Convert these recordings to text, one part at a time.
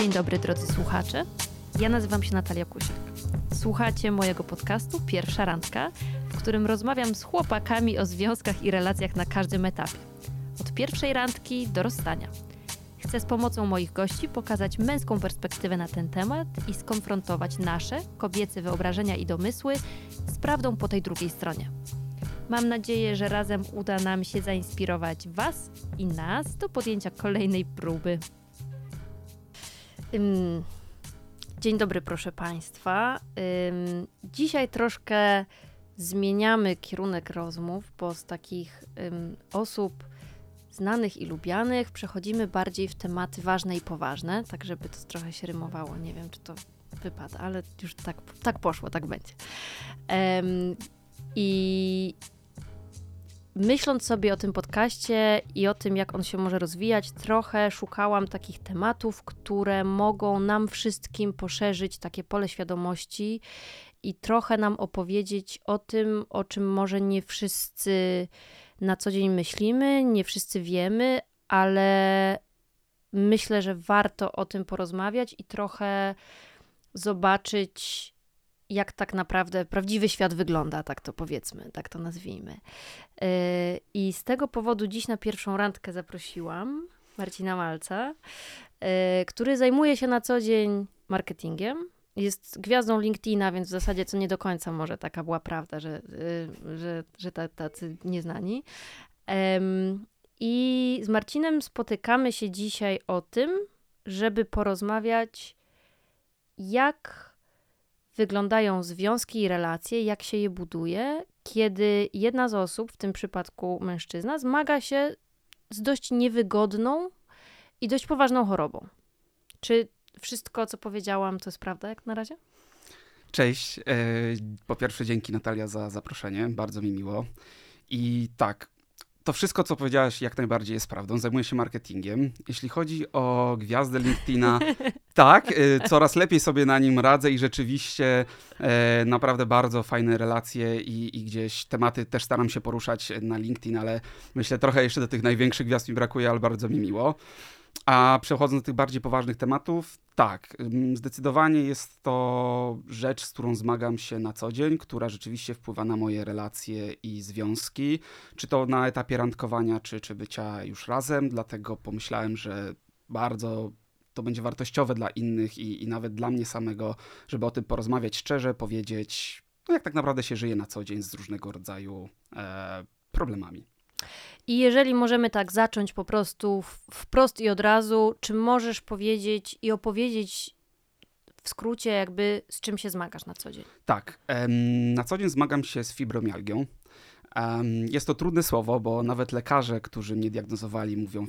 Dzień dobry, drodzy słuchacze. Ja nazywam się Natalia Kusiak. Słuchacie mojego podcastu Pierwsza Randka, w którym rozmawiam z chłopakami o związkach i relacjach na każdym etapie. Od pierwszej randki do rozstania. Chcę z pomocą moich gości pokazać męską perspektywę na ten temat i skonfrontować nasze, kobiece wyobrażenia i domysły z prawdą po tej drugiej stronie. Mam nadzieję, że razem uda nam się zainspirować Was i nas do podjęcia kolejnej próby. Dzień dobry, proszę Państwa. Dzisiaj troszkę zmieniamy kierunek rozmów, bo z takich osób znanych i lubianych przechodzimy bardziej w tematy ważne i poważne, tak żeby to trochę się rymowało. Nie wiem, czy to wypada, ale już tak poszło, tak będzie. I myśląc sobie o tym podcaście i o tym, jak on się może rozwijać, trochę szukałam takich tematów, które mogą nam wszystkim poszerzyć takie pole świadomości i trochę nam opowiedzieć o tym, o czym może nie wszyscy na co dzień myślimy, nie wszyscy wiemy, ale myślę, że warto o tym porozmawiać i trochę zobaczyć, jak tak naprawdę prawdziwy świat wygląda, tak to powiedzmy, tak to nazwijmy. I z tego powodu dziś na pierwszą randkę zaprosiłam Marcina Malca, który zajmuje się na co dzień marketingiem. Jest gwiazdą LinkedIna, więc w zasadzie co nie do końca może taka była prawda, że tacy nieznani. I z Marcinem spotykamy się dzisiaj o tym, żeby porozmawiać, jak wyglądają związki i relacje, jak się je buduje, kiedy jedna z osób, w tym przypadku mężczyzna, zmaga się z dość niewygodną i dość poważną chorobą. Czy wszystko, co powiedziałam, to jest prawda jak na razie? Cześć. Po pierwsze dzięki, Natalia, za zaproszenie. Bardzo mi miło. I tak, to wszystko, co powiedziałaś, jak najbardziej jest prawdą. Zajmuję się marketingiem. Jeśli chodzi o gwiazdę LinkedIna, tak, coraz lepiej sobie na nim radzę i rzeczywiście naprawdę bardzo fajne relacje i gdzieś tematy też staram się poruszać na LinkedIn, ale myślę, trochę jeszcze do tych największych gwiazd mi brakuje, ale bardzo mi miło. A przechodząc do tych bardziej poważnych tematów, tak, zdecydowanie jest to rzecz, z którą zmagam się na co dzień, która rzeczywiście wpływa na moje relacje i związki, czy to na etapie randkowania, czy bycia już razem, dlatego pomyślałem, że bardzo to będzie wartościowe dla innych i nawet dla mnie samego, żeby o tym porozmawiać szczerze, powiedzieć, no jak tak naprawdę się żyje na co dzień z różnego rodzaju problemami. I jeżeli możemy tak zacząć po prostu wprost i od razu, czy możesz powiedzieć i opowiedzieć w skrócie jakby z czym się zmagasz na co dzień? Tak, na co dzień zmagam się z fibromialgią. Jest to trudne słowo, bo nawet lekarze, którzy mnie diagnozowali, mówią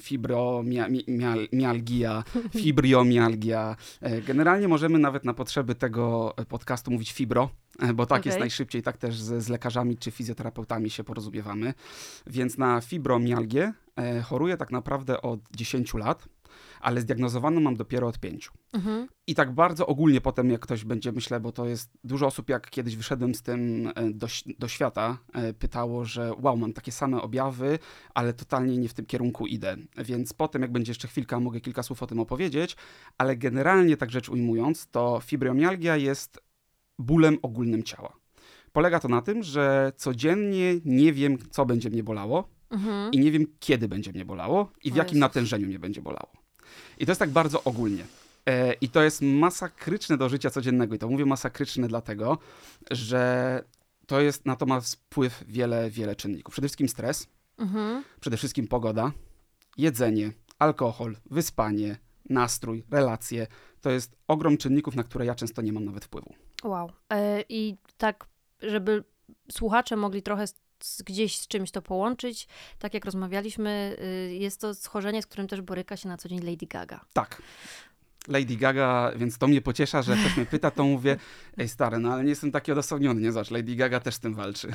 fibromialgia, fibriomialgia. Generalnie możemy nawet na potrzeby tego podcastu mówić fibro, bo tak jest najszybciej, tak też z lekarzami czy fizjoterapeutami się porozumiewamy. Więc na fibromialgię choruję tak naprawdę od 10 lat, ale zdiagnozowaną mam dopiero od 5. Mhm. I tak bardzo ogólnie potem, jak ktoś będzie, myślę, bo to jest dużo osób, jak kiedyś wyszedłem z tym do świata, pytało, że wow, mam takie same objawy, ale totalnie nie w tym kierunku idę. Więc potem, jak będzie jeszcze chwilka, mogę kilka słów o tym opowiedzieć, ale generalnie tak rzecz ujmując, to fibromialgia jest bólem ogólnym ciała. Polega to na tym, że codziennie nie wiem, co będzie mnie bolało i nie wiem, kiedy będzie mnie bolało i w jakim natężeniu mnie będzie bolało. I to jest tak bardzo ogólnie. I to jest masakryczne do życia codziennego. I to mówię masakryczne dlatego, że na to ma wpływ wiele czynników. Przede wszystkim stres, przede wszystkim pogoda, jedzenie, alkohol, wyspanie, nastrój, relacje. To jest ogrom czynników, na które ja często nie mam nawet wpływu. Wow. I tak, żeby słuchacze mogli trochę gdzieś z czymś to połączyć, tak jak rozmawialiśmy, jest to schorzenie, z którym też boryka się na co dzień Lady Gaga. Tak. Lady Gaga, więc to mnie pociesza, że jak ktoś mnie pyta, to mówię, ej stary, no ale nie jestem taki odosobniony, nie zobacz, Lady Gaga też z tym walczy.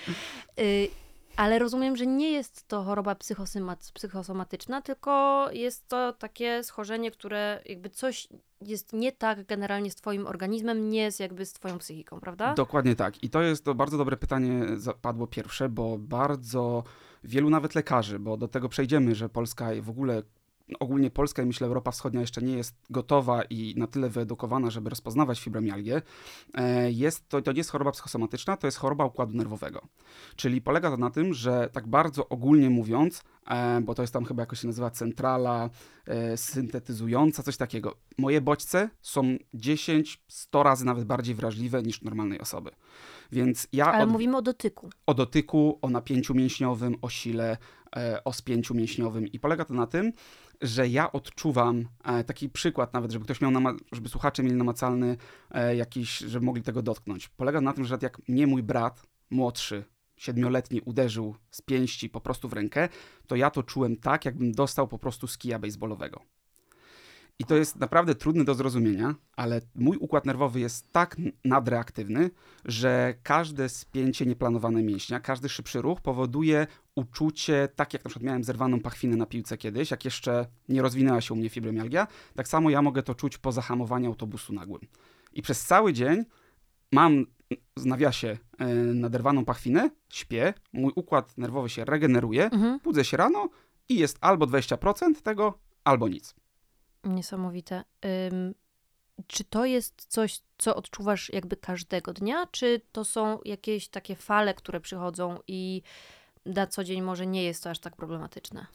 Ale rozumiem, że nie jest to choroba psychosomatyczna, tylko jest to takie schorzenie, które jakby coś jest nie tak generalnie z twoim organizmem, nie jest jakby z twoją psychiką, prawda? Dokładnie tak. I to jest to bardzo dobre pytanie, padło pierwsze, bo bardzo wielu nawet lekarzy, bo do tego przejdziemy, że Polska w ogóle ogólnie Polska i myślę Europa Wschodnia jeszcze nie jest gotowa i na tyle wyedukowana, żeby rozpoznawać fibromialgię, to nie jest choroba psychosomatyczna, to jest choroba układu nerwowego. Czyli polega to na tym, że tak bardzo ogólnie mówiąc, bo to jest tam chyba jakoś się nazywa centrala syntetyzująca, coś takiego. Moje bodźce są 10-100 razy nawet bardziej wrażliwe niż normalnej osoby. Więc Ale mówimy o dotyku. O dotyku, o napięciu mięśniowym, o sile, o spięciu mięśniowym i polega to na tym, że ja odczuwam taki przykład nawet, żeby ktoś miał, żeby słuchacze mieli namacalny jakiś, żeby mogli tego dotknąć. Polega na tym, że jak mnie mój brat młodszy, 7-letni uderzył z pięści po prostu w rękę, to ja to czułem tak, jakbym dostał po prostu z kija baseballowego. I to jest naprawdę trudne do zrozumienia, ale mój układ nerwowy jest tak nadreaktywny, że każde spięcie nieplanowane mięśnia, każdy szybszy ruch powoduje uczucie, tak jak na przykład miałem zerwaną pachwinę na piłce kiedyś, jak jeszcze nie rozwinęła się u mnie fibromialgia, tak samo ja mogę to czuć po zahamowaniu autobusu nagłym. I przez cały dzień mam w nawiasie naderwaną pachwinę, śpię, mój układ nerwowy się regeneruje, budzę się rano i jest albo 20% tego, albo nic. Niesamowite. Czy to jest coś, co odczuwasz jakby każdego dnia, czy to są jakieś takie fale, które przychodzą i na co dzień może nie jest to aż tak problematyczne?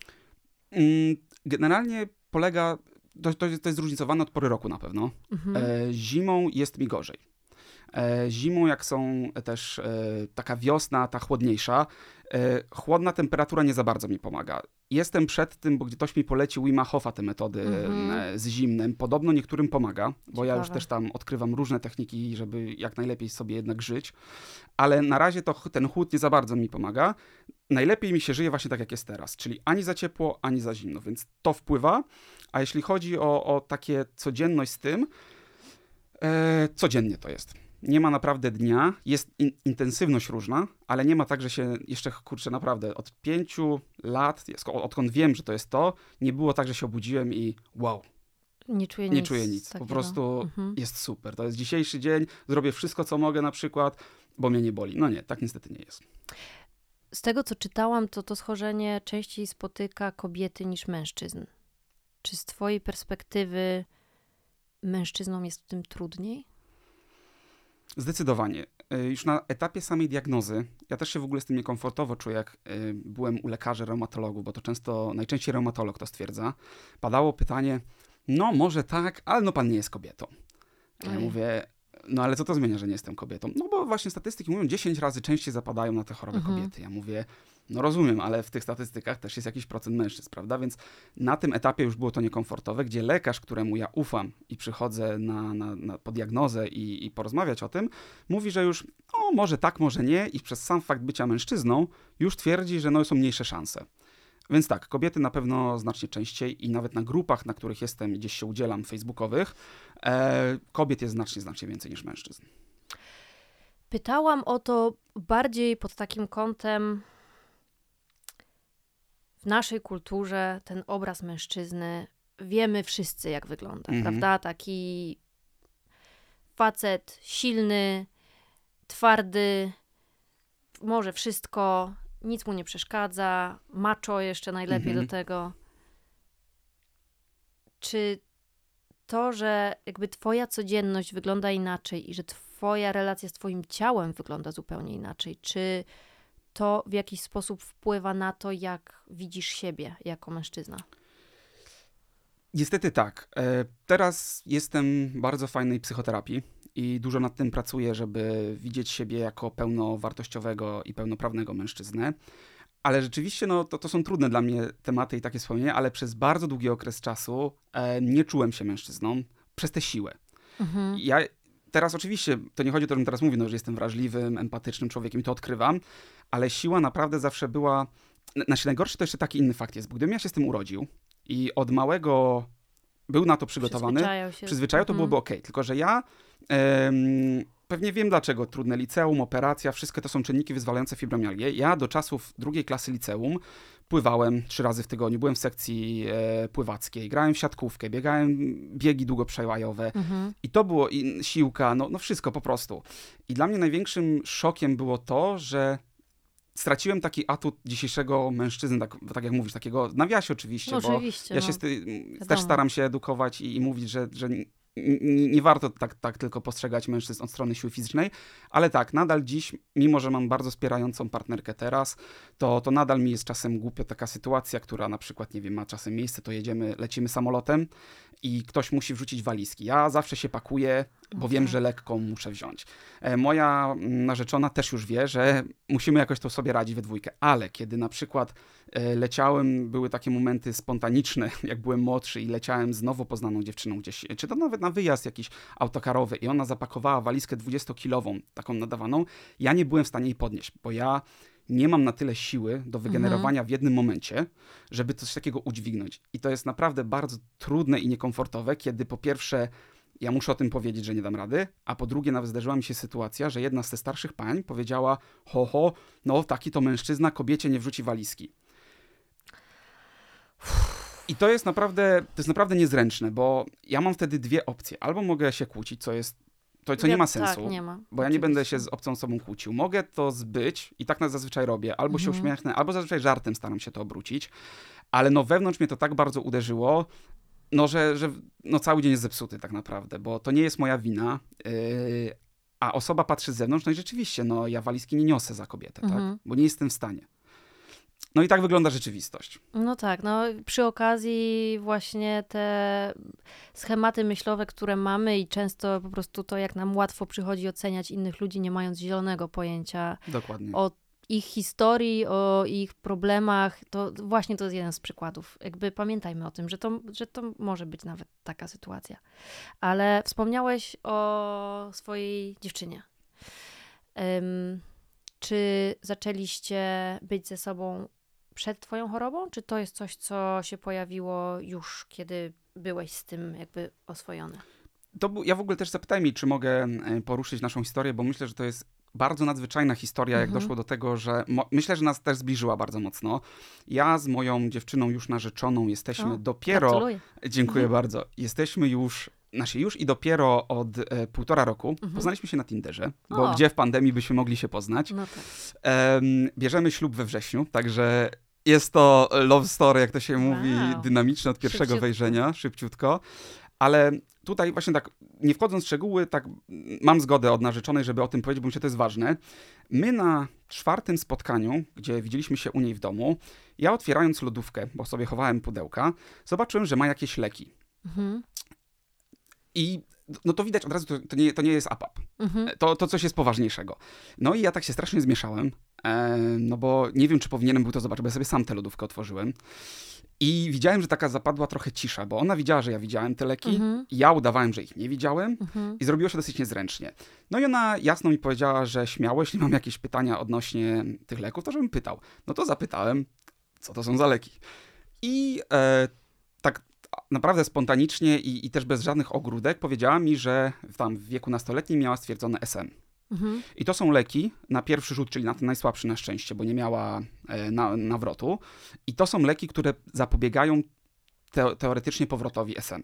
Generalnie polega, to jest zróżnicowane od pory roku na pewno. Zimą jest mi gorzej. Zimą, jak są też taka wiosna, ta chłodniejsza, chłodna temperatura nie za bardzo mi pomaga. Jestem przed tym, bo ktoś mi polecił Wima Hofa te metody z zimnem. Podobno niektórym pomaga, bo ja już też tam odkrywam różne techniki, żeby jak najlepiej sobie jednak żyć. Ale na razie to ten chłód nie za bardzo mi pomaga. Najlepiej mi się żyje właśnie tak, jak jest teraz, czyli ani za ciepło, ani za zimno, więc to wpływa. A jeśli chodzi o takie codzienność z tym, codziennie to jest. Nie ma naprawdę dnia, jest intensywność różna, ale nie ma tak, że się jeszcze, kurczę, naprawdę od 5 lat, odkąd wiem, że to jest to, nie było tak, że się obudziłem i wow, nie czuję nic. Po prostu jest super. To jest dzisiejszy dzień, zrobię wszystko, co mogę na przykład, bo mnie nie boli. No nie, tak niestety nie jest. Z tego, co czytałam, to schorzenie częściej spotyka kobiety niż mężczyzn. Czy z twojej perspektywy mężczyznom jest w tym trudniej? Zdecydowanie. Już na etapie samej diagnozy, ja też się w ogóle z tym niekomfortowo czuję, jak byłem u lekarzy reumatologów, bo to najczęściej reumatolog to stwierdza. Padało pytanie, no może tak, ale no pan nie jest kobietą. Ja mówię, no ale co to zmienia, że nie jestem kobietą? No bo właśnie statystyki mówią, 10 razy częściej zapadają na tę chorobę kobiety. Ja mówię, no rozumiem, ale w tych statystykach też jest jakiś procent mężczyzn, prawda? Więc na tym etapie już było to niekomfortowe, gdzie lekarz, któremu ja ufam i przychodzę po diagnozę i porozmawiać o tym, mówi, że już może tak, może nie i przez sam fakt bycia mężczyzną już twierdzi, że są mniejsze szanse. Więc tak, kobiety na pewno znacznie częściej i nawet na grupach, na których jestem, gdzieś się udzielam, facebookowych, kobiet jest znacznie więcej niż mężczyzn. Pytałam o to bardziej pod takim kątem, w naszej kulturze ten obraz mężczyzny wiemy wszyscy, jak wygląda, prawda? Taki facet silny, twardy, może wszystko, nic mu nie przeszkadza, macho jeszcze najlepiej do tego. Czy to, że jakby twoja codzienność wygląda inaczej i że twoja relacja z twoim ciałem wygląda zupełnie inaczej, czy to w jakiś sposób wpływa na to, jak widzisz siebie jako mężczyzna? Niestety tak. Teraz jestem w bardzo fajnej psychoterapii i dużo nad tym pracuję, żeby widzieć siebie jako pełnowartościowego i pełnoprawnego mężczyznę. Ale rzeczywiście to są trudne dla mnie tematy i takie wspomnienia, ale przez bardzo długi okres czasu nie czułem się mężczyzną przez tę siłę. Ja teraz oczywiście, to nie chodzi o to, żebym teraz mówił, że jestem wrażliwym, empatycznym człowiekiem i to odkrywam, ale siła naprawdę zawsze była... Najgorszy to jeszcze taki inny fakt jest, bo gdybym ja się z tym urodził i od małego był na to przygotowany, przyzwyczajał, to byłoby okej. Tylko że ja pewnie wiem dlaczego. Trudne liceum, operacja, wszystkie to są czynniki wyzwalające fibromialgię. Ja do czasów 2. klasy liceum pływałem 3 razy w tygodniu, byłem w sekcji pływackiej, grałem w siatkówkę, biegałem biegi długoprzełajowe i to było siłka, no wszystko po prostu. I dla mnie największym szokiem było to, że straciłem taki atut dzisiejszego mężczyzny, tak jak mówisz, takiego w nawiasie oczywiście, No, bo oczywiście, ja no, się wiadomo. też staram się edukować i mówić, że nie warto tak tylko postrzegać mężczyzn od strony siły fizycznej, ale tak, nadal dziś, mimo że mam bardzo wspierającą partnerkę teraz, to nadal mi jest czasem głupio taka sytuacja, która na przykład, nie wiem, ma czasem miejsce, to lecimy samolotem i ktoś musi wrzucić walizki. Ja zawsze się pakuję, bo wiem, że lekko muszę wziąć. Moja narzeczona też już wie, że musimy jakoś to sobie radzić we dwójkę, ale kiedy na przykład leciałem, były takie momenty spontaniczne, jak byłem młodszy i leciałem z nowo poznaną dziewczyną gdzieś, czy to nawet na wyjazd jakiś autokarowy i ona zapakowała walizkę 20-kilową, taką nadawaną, ja nie byłem w stanie jej podnieść, bo ja nie mam na tyle siły do wygenerowania w jednym momencie, żeby coś takiego udźwignąć. I to jest naprawdę bardzo trudne i niekomfortowe, kiedy po pierwsze ja muszę o tym powiedzieć, że nie dam rady, a po drugie nawet zdarzyła mi się sytuacja, że jedna z tych starszych pań powiedziała: no taki to mężczyzna, kobiecie nie wrzuci walizki. I to jest naprawdę niezręczne, bo ja mam wtedy dwie opcje. Albo mogę się kłócić, co nie ma sensu, tak, nie ma. bo ja nie będę się z obcą osobą kłócił. Mogę to zbyć i tak zazwyczaj robię. Albo się uśmiechnę, albo zazwyczaj żartem staram się to obrócić. Ale no wewnątrz mnie to tak bardzo uderzyło, no że cały dzień jest zepsuty tak naprawdę, bo to nie jest moja wina, a osoba patrzy z zewnątrz, no i rzeczywiście, no ja walizki nie niosę za kobietę, tak? Bo nie jestem w stanie. No i tak wygląda rzeczywistość. No tak, no przy okazji właśnie te schematy myślowe, które mamy i często po prostu to, jak nam łatwo przychodzi oceniać innych ludzi, nie mając zielonego pojęcia Dokładnie. o ich historii, o ich problemach, to właśnie to jest jeden z przykładów. Jakby pamiętajmy o tym, że to może być nawet taka sytuacja. Ale wspomniałeś o swojej dziewczynie. Czy zaczęliście być ze sobą przed twoją chorobą, czy to jest coś, co się pojawiło już, kiedy byłeś z tym jakby oswojony? Ja w ogóle też zapytaj mnie, czy mogę poruszyć naszą historię, bo myślę, że to jest bardzo nadzwyczajna historia, jak doszło do tego, że myślę, że nas też zbliżyła bardzo mocno. Ja z moją dziewczyną już narzeczoną jesteśmy dopiero... Gratuluję. Dziękuję bardzo. Jesteśmy już i dopiero od 1,5 roku poznaliśmy się na Tinderze, bo gdzie w pandemii byśmy mogli się poznać. No tak. Bierzemy ślub we wrześniu, także jest to love story, jak to się mówi, dynamiczne od pierwszego wejrzenia, szybciutko. Ale tutaj właśnie tak, nie wchodząc w szczegóły, tak mam zgodę od narzeczonej, żeby o tym powiedzieć, bo myślę, że to jest ważne. My na 4. spotkaniu, gdzie widzieliśmy się u niej w domu, ja otwierając lodówkę, bo sobie chowałem pudełka, zobaczyłem, że ma jakieś leki. I no to widać od razu, to nie jest APAP. To coś jest poważniejszego. No i ja tak się strasznie zmieszałem, no bo nie wiem, czy powinienem był to zobaczyć, bo ja sobie sam tę lodówkę otworzyłem. I widziałem, że taka zapadła trochę cisza, bo ona widziała, że ja widziałem te leki, ja udawałem, że ich nie widziałem i zrobiło się dosyć niezręcznie. No i ona jasno mi powiedziała, że śmiało, jeśli mam jakieś pytania odnośnie tych leków, to żebym pytał. No to zapytałem, co to są za leki. I tak naprawdę spontanicznie i też bez żadnych ogródek powiedziała mi, że tam w wieku nastoletnim miała stwierdzone SM. I to są leki na pierwszy rzut, czyli na ten najsłabszy na szczęście, bo nie miała nawrotu. I to są leki, które zapobiegają teoretycznie powrotowi SM.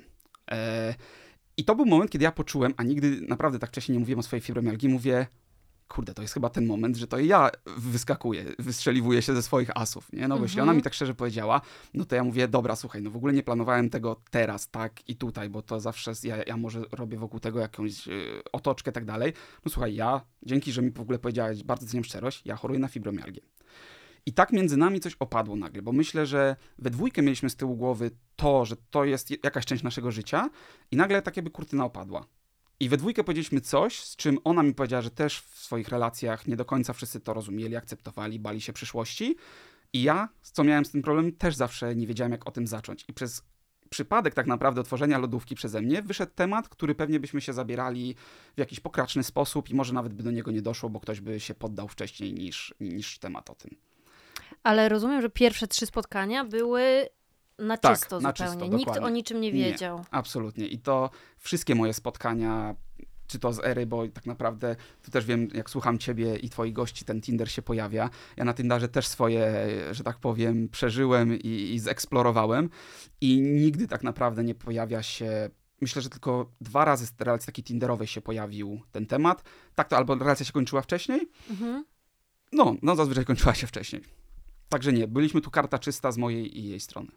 I to był moment, kiedy ja poczułem, a nigdy naprawdę tak wcześniej nie mówiłem o swojej fibromialgii, mówię, kurde, to jest chyba ten moment, że to ja wyskakuję, wystrzeliwuję się ze swoich asów, nie? No bo jeśli ona mi tak szczerze powiedziała, no to ja mówię, dobra, słuchaj, no w ogóle nie planowałem tego teraz, tak i tutaj, bo to zawsze ja może robię wokół tego jakąś otoczkę i tak dalej. No słuchaj, dzięki, że mi w ogóle powiedziałeś, bardzo cenię szczerość, ja choruję na fibromialgię. I tak między nami coś opadło nagle, bo myślę, że we dwójkę mieliśmy z tyłu głowy to, że to jest jakaś część naszego życia i nagle tak jakby kurtyna opadła. I we dwójkę powiedzieliśmy coś, z czym ona mi powiedziała, że też w swoich relacjach nie do końca wszyscy to rozumieli, akceptowali, bali się przyszłości. I ja, co miałem z tym problem, też zawsze nie wiedziałem, jak o tym zacząć. I przez przypadek tak naprawdę otworzenia lodówki przeze mnie wyszedł temat, który pewnie byśmy się zabierali w jakiś pokraczny sposób i może nawet by do niego nie doszło, bo ktoś by się poddał wcześniej niż temat o tym. Ale rozumiem, że pierwsze 3 spotkania były na czysto na zupełnie. Czysto, Nikt o niczym nie wiedział. Nie, absolutnie. I to wszystkie moje spotkania, czy to z Ery, bo tak naprawdę tu też wiem, jak słucham ciebie i twoich gości, ten Tinder się pojawia. Ja na Tinderze też swoje, że tak powiem, przeżyłem i zeksplorowałem i nigdy tak naprawdę nie pojawia się, myślę, że tylko 2 razy z relacji takiej tinderowej się pojawił ten temat. Tak to albo relacja się kończyła wcześniej, No zazwyczaj kończyła się wcześniej. Także nie, byliśmy tu karta czysta z mojej i jej strony.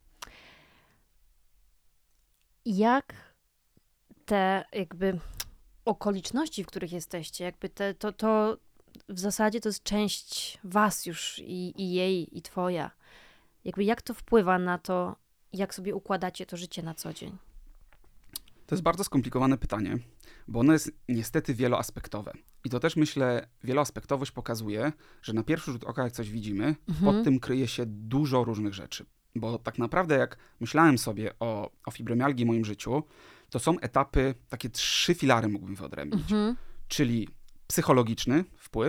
Jak te jakby okoliczności, w których jesteście, jakby to w zasadzie to jest część was już i jej, i twoja. Jakby jak to wpływa na to, jak sobie układacie to życie na co dzień? To jest bardzo skomplikowane pytanie, bo ono jest niestety wieloaspektowe. I to też, myślę, wieloaspektowość pokazuje, że na pierwszy rzut oka, jak coś widzimy, pod tym kryje się dużo różnych rzeczy. Bo tak naprawdę, jak myślałem sobie o fibromialgii w moim życiu, to są etapy, takie 3 filary mógłbym wyodrębnić. Czyli psychologiczny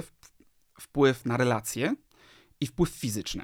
wpływ na relacje i wpływ fizyczny.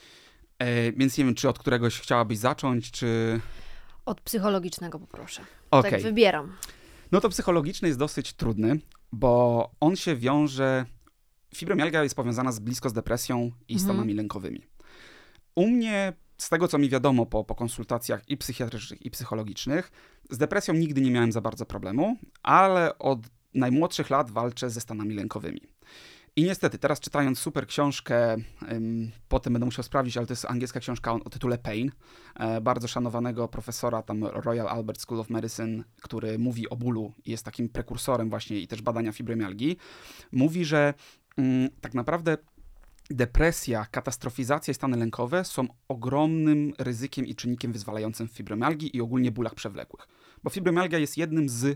Więc nie wiem, czy od któregoś chciałabyś zacząć, czy... Od psychologicznego poproszę. Okay. Tak wybieram. No to psychologiczny jest dosyć trudny, bo on się wiąże... Fibromialgia jest powiązana blisko z depresją i stanami lękowymi. U mnie, z tego co mi wiadomo po konsultacjach i psychiatrycznych, i psychologicznych, z depresją nigdy nie miałem za bardzo problemu, ale od najmłodszych lat walczę ze stanami lękowymi. I niestety, teraz czytając super książkę, potem będę musiał sprawdzić, ale to jest angielska książka o tytule Pain, bardzo szanowanego profesora tam Royal Albert School of Medicine, który mówi o bólu i jest takim prekursorem właśnie i też badania fibromialgii, mówi, że tak naprawdę depresja, katastrofizacja i stany lękowe są ogromnym ryzykiem i czynnikiem wyzwalającym w fibromialgii i ogólnie bólach przewlekłych. Bo fibromialgia jest jednym z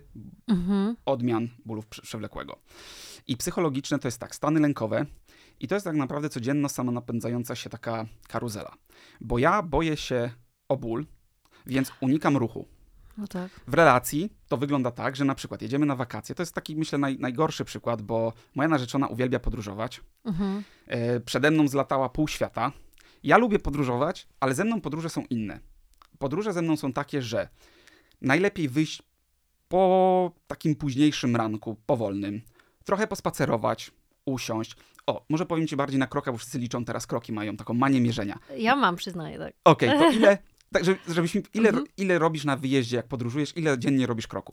odmian bólu przewlekłego. I psychologiczne to jest tak, stany lękowe i to jest tak naprawdę codzienno samonapędzająca się taka karuzela. Bo ja boję się o ból, więc unikam ruchu. No tak. W relacji to wygląda tak, że na przykład jedziemy na wakacje. To jest taki, myślę, najgorszy przykład, bo moja narzeczona uwielbia podróżować. Przede mną zlatała pół świata. Ja lubię podróżować, ale ze mną podróże są inne. Podróże ze mną są takie, że najlepiej wyjść po takim późniejszym ranku, powolnym, trochę pospacerować, usiąść. Może powiem ci bardziej na krokach, bo wszyscy liczą teraz kroki, mają taką manię mierzenia. Ja mam, przyznaję, tak. Okej, to ile... Tak, żebyśmy, ile robisz na wyjeździe, jak podróżujesz? Ile dziennie robisz kroków?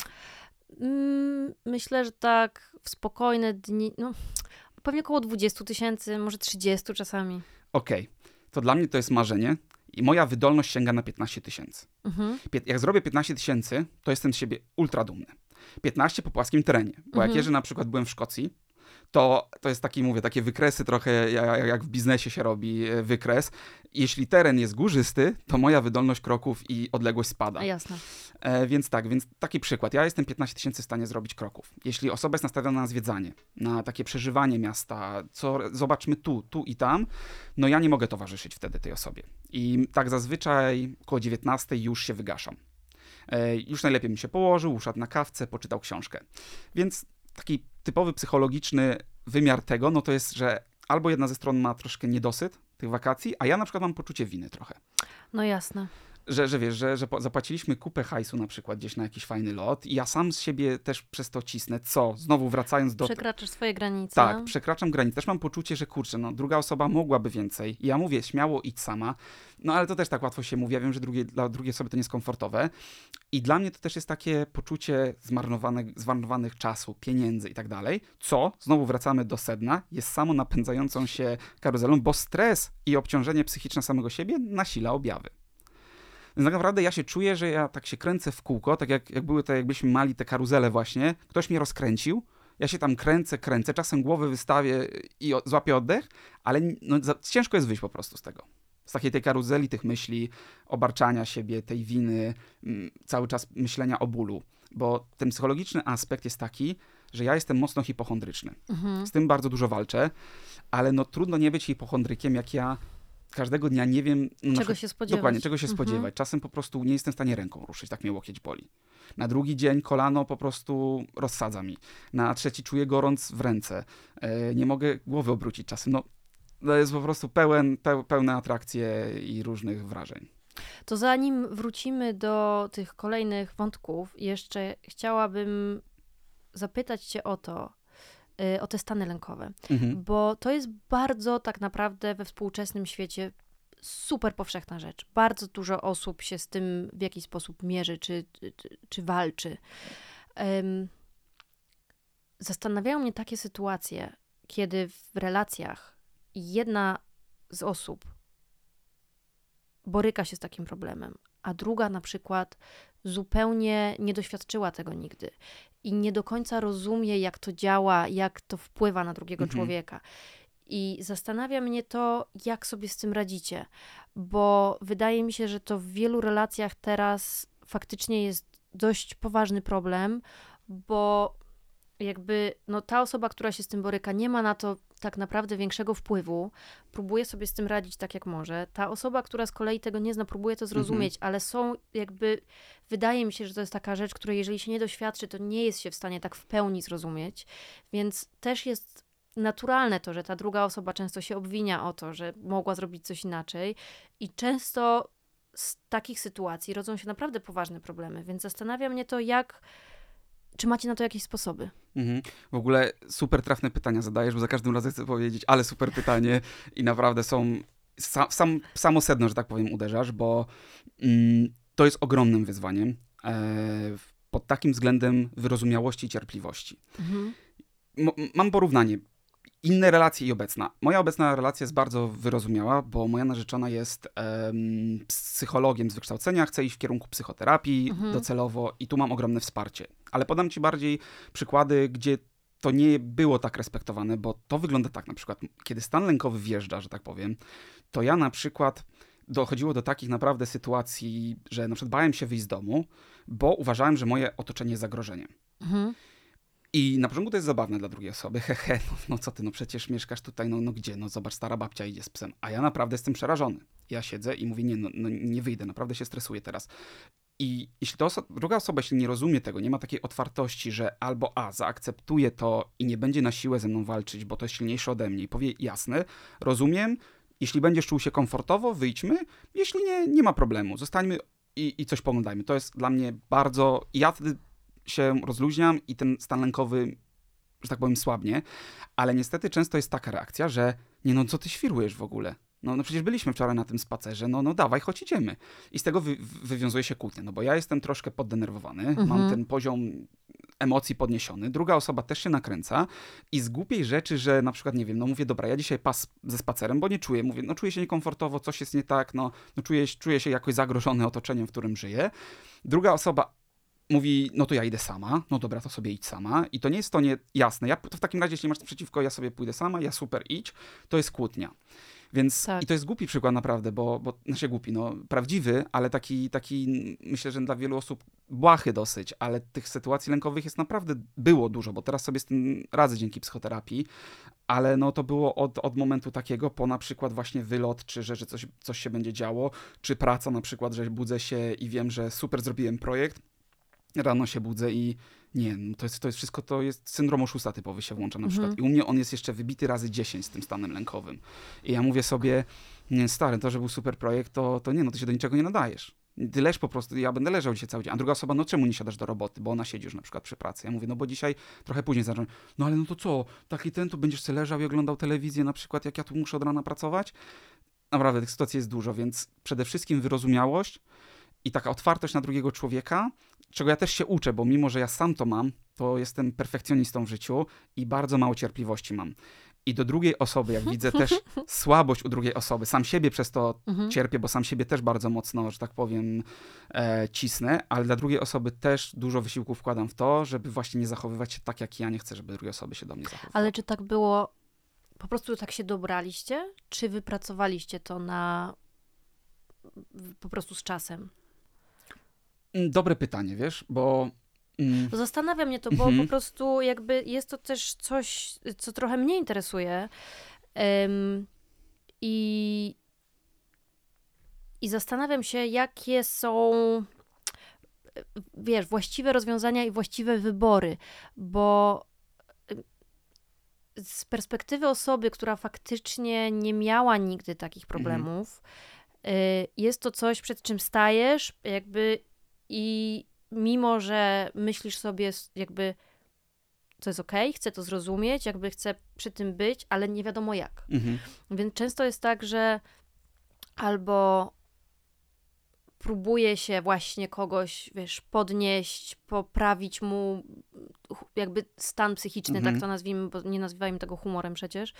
Myślę, że tak w spokojne dni, pewnie około 20 000, może 30 czasami. Okej, to dla mnie to jest marzenie i moja wydolność sięga na 15 000. Jak zrobię 15 000, to jestem z siebie ultra dumny. 15 po płaskim terenie, bo jak jeżdżę, na przykład byłem w Szkocji, to jest taki, mówię, takie wykresy trochę jak w biznesie się robi wykres. Jeśli teren jest górzysty, to moja wydolność kroków i odległość spada. Jasne. Więc taki przykład. Ja jestem 15 000 w stanie zrobić kroków. Jeśli osoba jest nastawiona na zwiedzanie, na takie przeżywanie miasta, zobaczmy tu i tam, no ja nie mogę towarzyszyć wtedy tej osobie. I tak zazwyczaj koło 19 już się wygaszam. Już najlepiej bym się położył, usiadł na kawce, poczytał książkę. Więc taki typowy psychologiczny wymiar tego, no to jest, że albo jedna ze stron ma troszkę niedosyt tych wakacji, a ja na przykład mam poczucie winy trochę. No jasne. Że wiesz, że zapłaciliśmy kupę hajsu na przykład gdzieś na jakiś fajny lot i ja sam z siebie też przez to cisnę. Znowu wracając do... Przekraczasz swoje granice. Tak, przekraczam granice. Też mam poczucie, że kurczę, druga osoba mogłaby więcej. I ja mówię, śmiało idź sama. No ale to też tak łatwo się mówi. Ja wiem, że dla drugiej osoby to nie jest komfortowe. I dla mnie to też jest takie poczucie zmarnowanych czasu, pieniędzy i tak dalej. Co, znowu wracamy do sedna, jest samo napędzającą się karuzelą, bo stres i obciążenie psychiczne samego siebie nasila objawy. Więc tak naprawdę ja się czuję, że ja tak się kręcę w kółko, tak jak były te, jakbyśmy mali te karuzele właśnie. Ktoś mnie rozkręcił, ja się tam kręcę, czasem głowę wystawię i złapię oddech, ale ciężko jest wyjść po prostu z tego. Z takiej tej karuzeli, tych myśli, obarczania siebie, tej winy, cały czas myślenia o bólu. Bo ten psychologiczny aspekt jest taki, że ja jestem mocno hipochondryczny. Z tym bardzo dużo walczę, ale trudno nie być hipochondrykiem, jak ja każdego dnia nie wiem... Czego się spodziewać. Dokładnie, czego się spodziewać. Czasem po prostu nie jestem w stanie ręką ruszyć, tak mnie łokieć boli. Na drugi dzień kolano po prostu rozsadza mi. Na trzeci czuję gorąc w ręce. Nie mogę głowy obrócić czasem. To jest po prostu pełne atrakcje i różnych wrażeń. To zanim wrócimy do tych kolejnych wątków, jeszcze chciałabym zapytać cię o te stany lękowe, bo to jest bardzo tak naprawdę we współczesnym świecie super powszechna rzecz. Bardzo dużo osób się z tym w jakiś sposób mierzy, czy walczy. Zastanawiają mnie takie sytuacje, kiedy w relacjach jedna z osób boryka się z takim problemem, a druga na przykład zupełnie nie doświadczyła tego nigdy i nie do końca rozumie, jak to działa, jak to wpływa na drugiego człowieka. I zastanawia mnie to, jak sobie z tym radzicie, bo wydaje mi się, że to w wielu relacjach teraz faktycznie jest dość poważny problem, bo jakby ta osoba, która się z tym boryka, nie ma na to tak naprawdę większego wpływu, próbuje sobie z tym radzić tak jak może. Ta osoba, która z kolei tego nie zna, próbuje to zrozumieć, ale są wydaje mi się, że to jest taka rzecz, której jeżeli się nie doświadczy, to nie jest się w stanie tak w pełni zrozumieć, więc też jest naturalne to, że ta druga osoba często się obwinia o to, że mogła zrobić coś inaczej i często z takich sytuacji rodzą się naprawdę poważne problemy, więc zastanawia mnie to, czy macie na to jakieś sposoby? W ogóle super trafne pytania zadajesz, bo za każdym razem chcę powiedzieć, ale super pytanie i naprawdę są samo sedno, że tak powiem, uderzasz, bo to jest ogromnym wyzwaniem pod takim względem wyrozumiałości i cierpliwości. Mam porównanie. Inne relacje i obecna. Moja obecna relacja jest bardzo wyrozumiała, bo moja narzeczona jest psychologiem z wykształcenia, chce iść w kierunku psychoterapii docelowo i tu mam ogromne wsparcie. Ale podam ci bardziej przykłady, gdzie to nie było tak respektowane, bo to wygląda tak na przykład, kiedy stan lękowy wjeżdża, że tak powiem, to ja na przykład dochodziło do takich naprawdę sytuacji, że na przykład bałem się wyjść z domu, bo uważałem, że moje otoczenie jest zagrożeniem. I na początku to jest zabawne dla drugiej osoby. No co ty, przecież mieszkasz tutaj, no gdzie? No zobacz, stara babcia idzie z psem. A ja naprawdę jestem przerażony. Ja siedzę i mówię, nie wyjdę, naprawdę się stresuję teraz. I jeśli druga osoba, jeśli nie rozumie tego, nie ma takiej otwartości, że albo zaakceptuje to i nie będzie na siłę ze mną walczyć, bo to jest silniejsze ode mnie i powie, jasne, rozumiem, jeśli będziesz czuł się komfortowo, wyjdźmy, jeśli nie ma problemu, zostańmy i coś poglądajmy. To jest dla mnie bardzo... Ja wtedy się rozluźniam i ten stan lękowy, że tak powiem, słabnie, ale niestety często jest taka reakcja, że co ty świrujesz w ogóle? No przecież byliśmy wczoraj na tym spacerze, no dawaj, chodź idziemy. I z tego wywiązuje się kłótnia, bo ja jestem troszkę poddenerwowany, mam ten poziom emocji podniesiony, druga osoba też się nakręca i z głupiej rzeczy, że na przykład, nie wiem, mówię, dobra, ja dzisiaj ze spacerem, bo nie czuję, mówię, czuję się niekomfortowo, coś jest nie tak, czuję się jakoś zagrożony otoczeniem, w którym żyję. Druga osoba mówi, no to ja idę sama, no dobra, to sobie idź sama. I to nie jest to jasne. To w takim razie, jeśli masz coś przeciwko, ja sobie pójdę sama, ja super, idź. To jest kłótnia. Więc i to jest głupi przykład naprawdę, bo głupi, prawdziwy, ale taki myślę, że dla wielu osób błahy dosyć, ale tych sytuacji lękowych jest naprawdę było dużo, bo teraz sobie z tym radzę dzięki psychoterapii, ale to było od momentu takiego po na przykład właśnie wylot, czy że coś się będzie działo, czy praca na przykład, że budzę się i wiem, że super zrobiłem projekt, rano się budzę i to jest wszystko, to jest syndrom oszusta typowy się włącza na przykład. I u mnie on jest jeszcze wybity razy 10 z tym stanem lękowym. I ja mówię sobie, nie stary, to, że był super projekt, to się do niczego nie nadajesz. Ty leż po prostu, ja będę leżał dzisiaj cały dzień. A druga osoba, czemu nie siadasz do roboty? Bo ona siedzi już na przykład przy pracy. Ja mówię, bo dzisiaj trochę później zacząłem. Ale to co? Taki to będziesz sobie leżał i oglądał telewizję na przykład, jak ja tu muszę od rana pracować? Naprawdę, tych sytuacji jest dużo, więc przede wszystkim wyrozumiałość i taka otwartość na drugiego człowieka, czego ja też się uczę, bo mimo, że ja sam to mam, to jestem perfekcjonistą w życiu i bardzo mało cierpliwości mam. I do drugiej osoby, jak widzę też słabość u drugiej osoby, sam siebie przez to cierpię, bo sam siebie też bardzo mocno, że tak powiem, cisnę, ale dla drugiej osoby też dużo wysiłku wkładam w to, żeby właśnie nie zachowywać się tak, jak ja nie chcę, żeby drugie osoby się do mnie zachowywały. Ale czy tak było, po prostu tak się dobraliście, czy wypracowaliście to po prostu z czasem? Dobre pytanie, wiesz, bo... Zastanawia mnie to, bo po prostu jest to też coś, co trochę mnie interesuje i zastanawiam się, jakie są, wiesz, właściwe rozwiązania i właściwe wybory, bo z perspektywy osoby, która faktycznie nie miała nigdy takich problemów, jest to coś, przed czym stajesz, i mimo, że myślisz sobie to jest okej, chcę to zrozumieć, chcę przy tym być, ale nie wiadomo jak. Więc często jest tak, że albo próbuje się właśnie kogoś, wiesz, podnieść, poprawić mu jakby stan psychiczny, tak to nazwijmy, bo nie nazywajmy tego humorem przecież.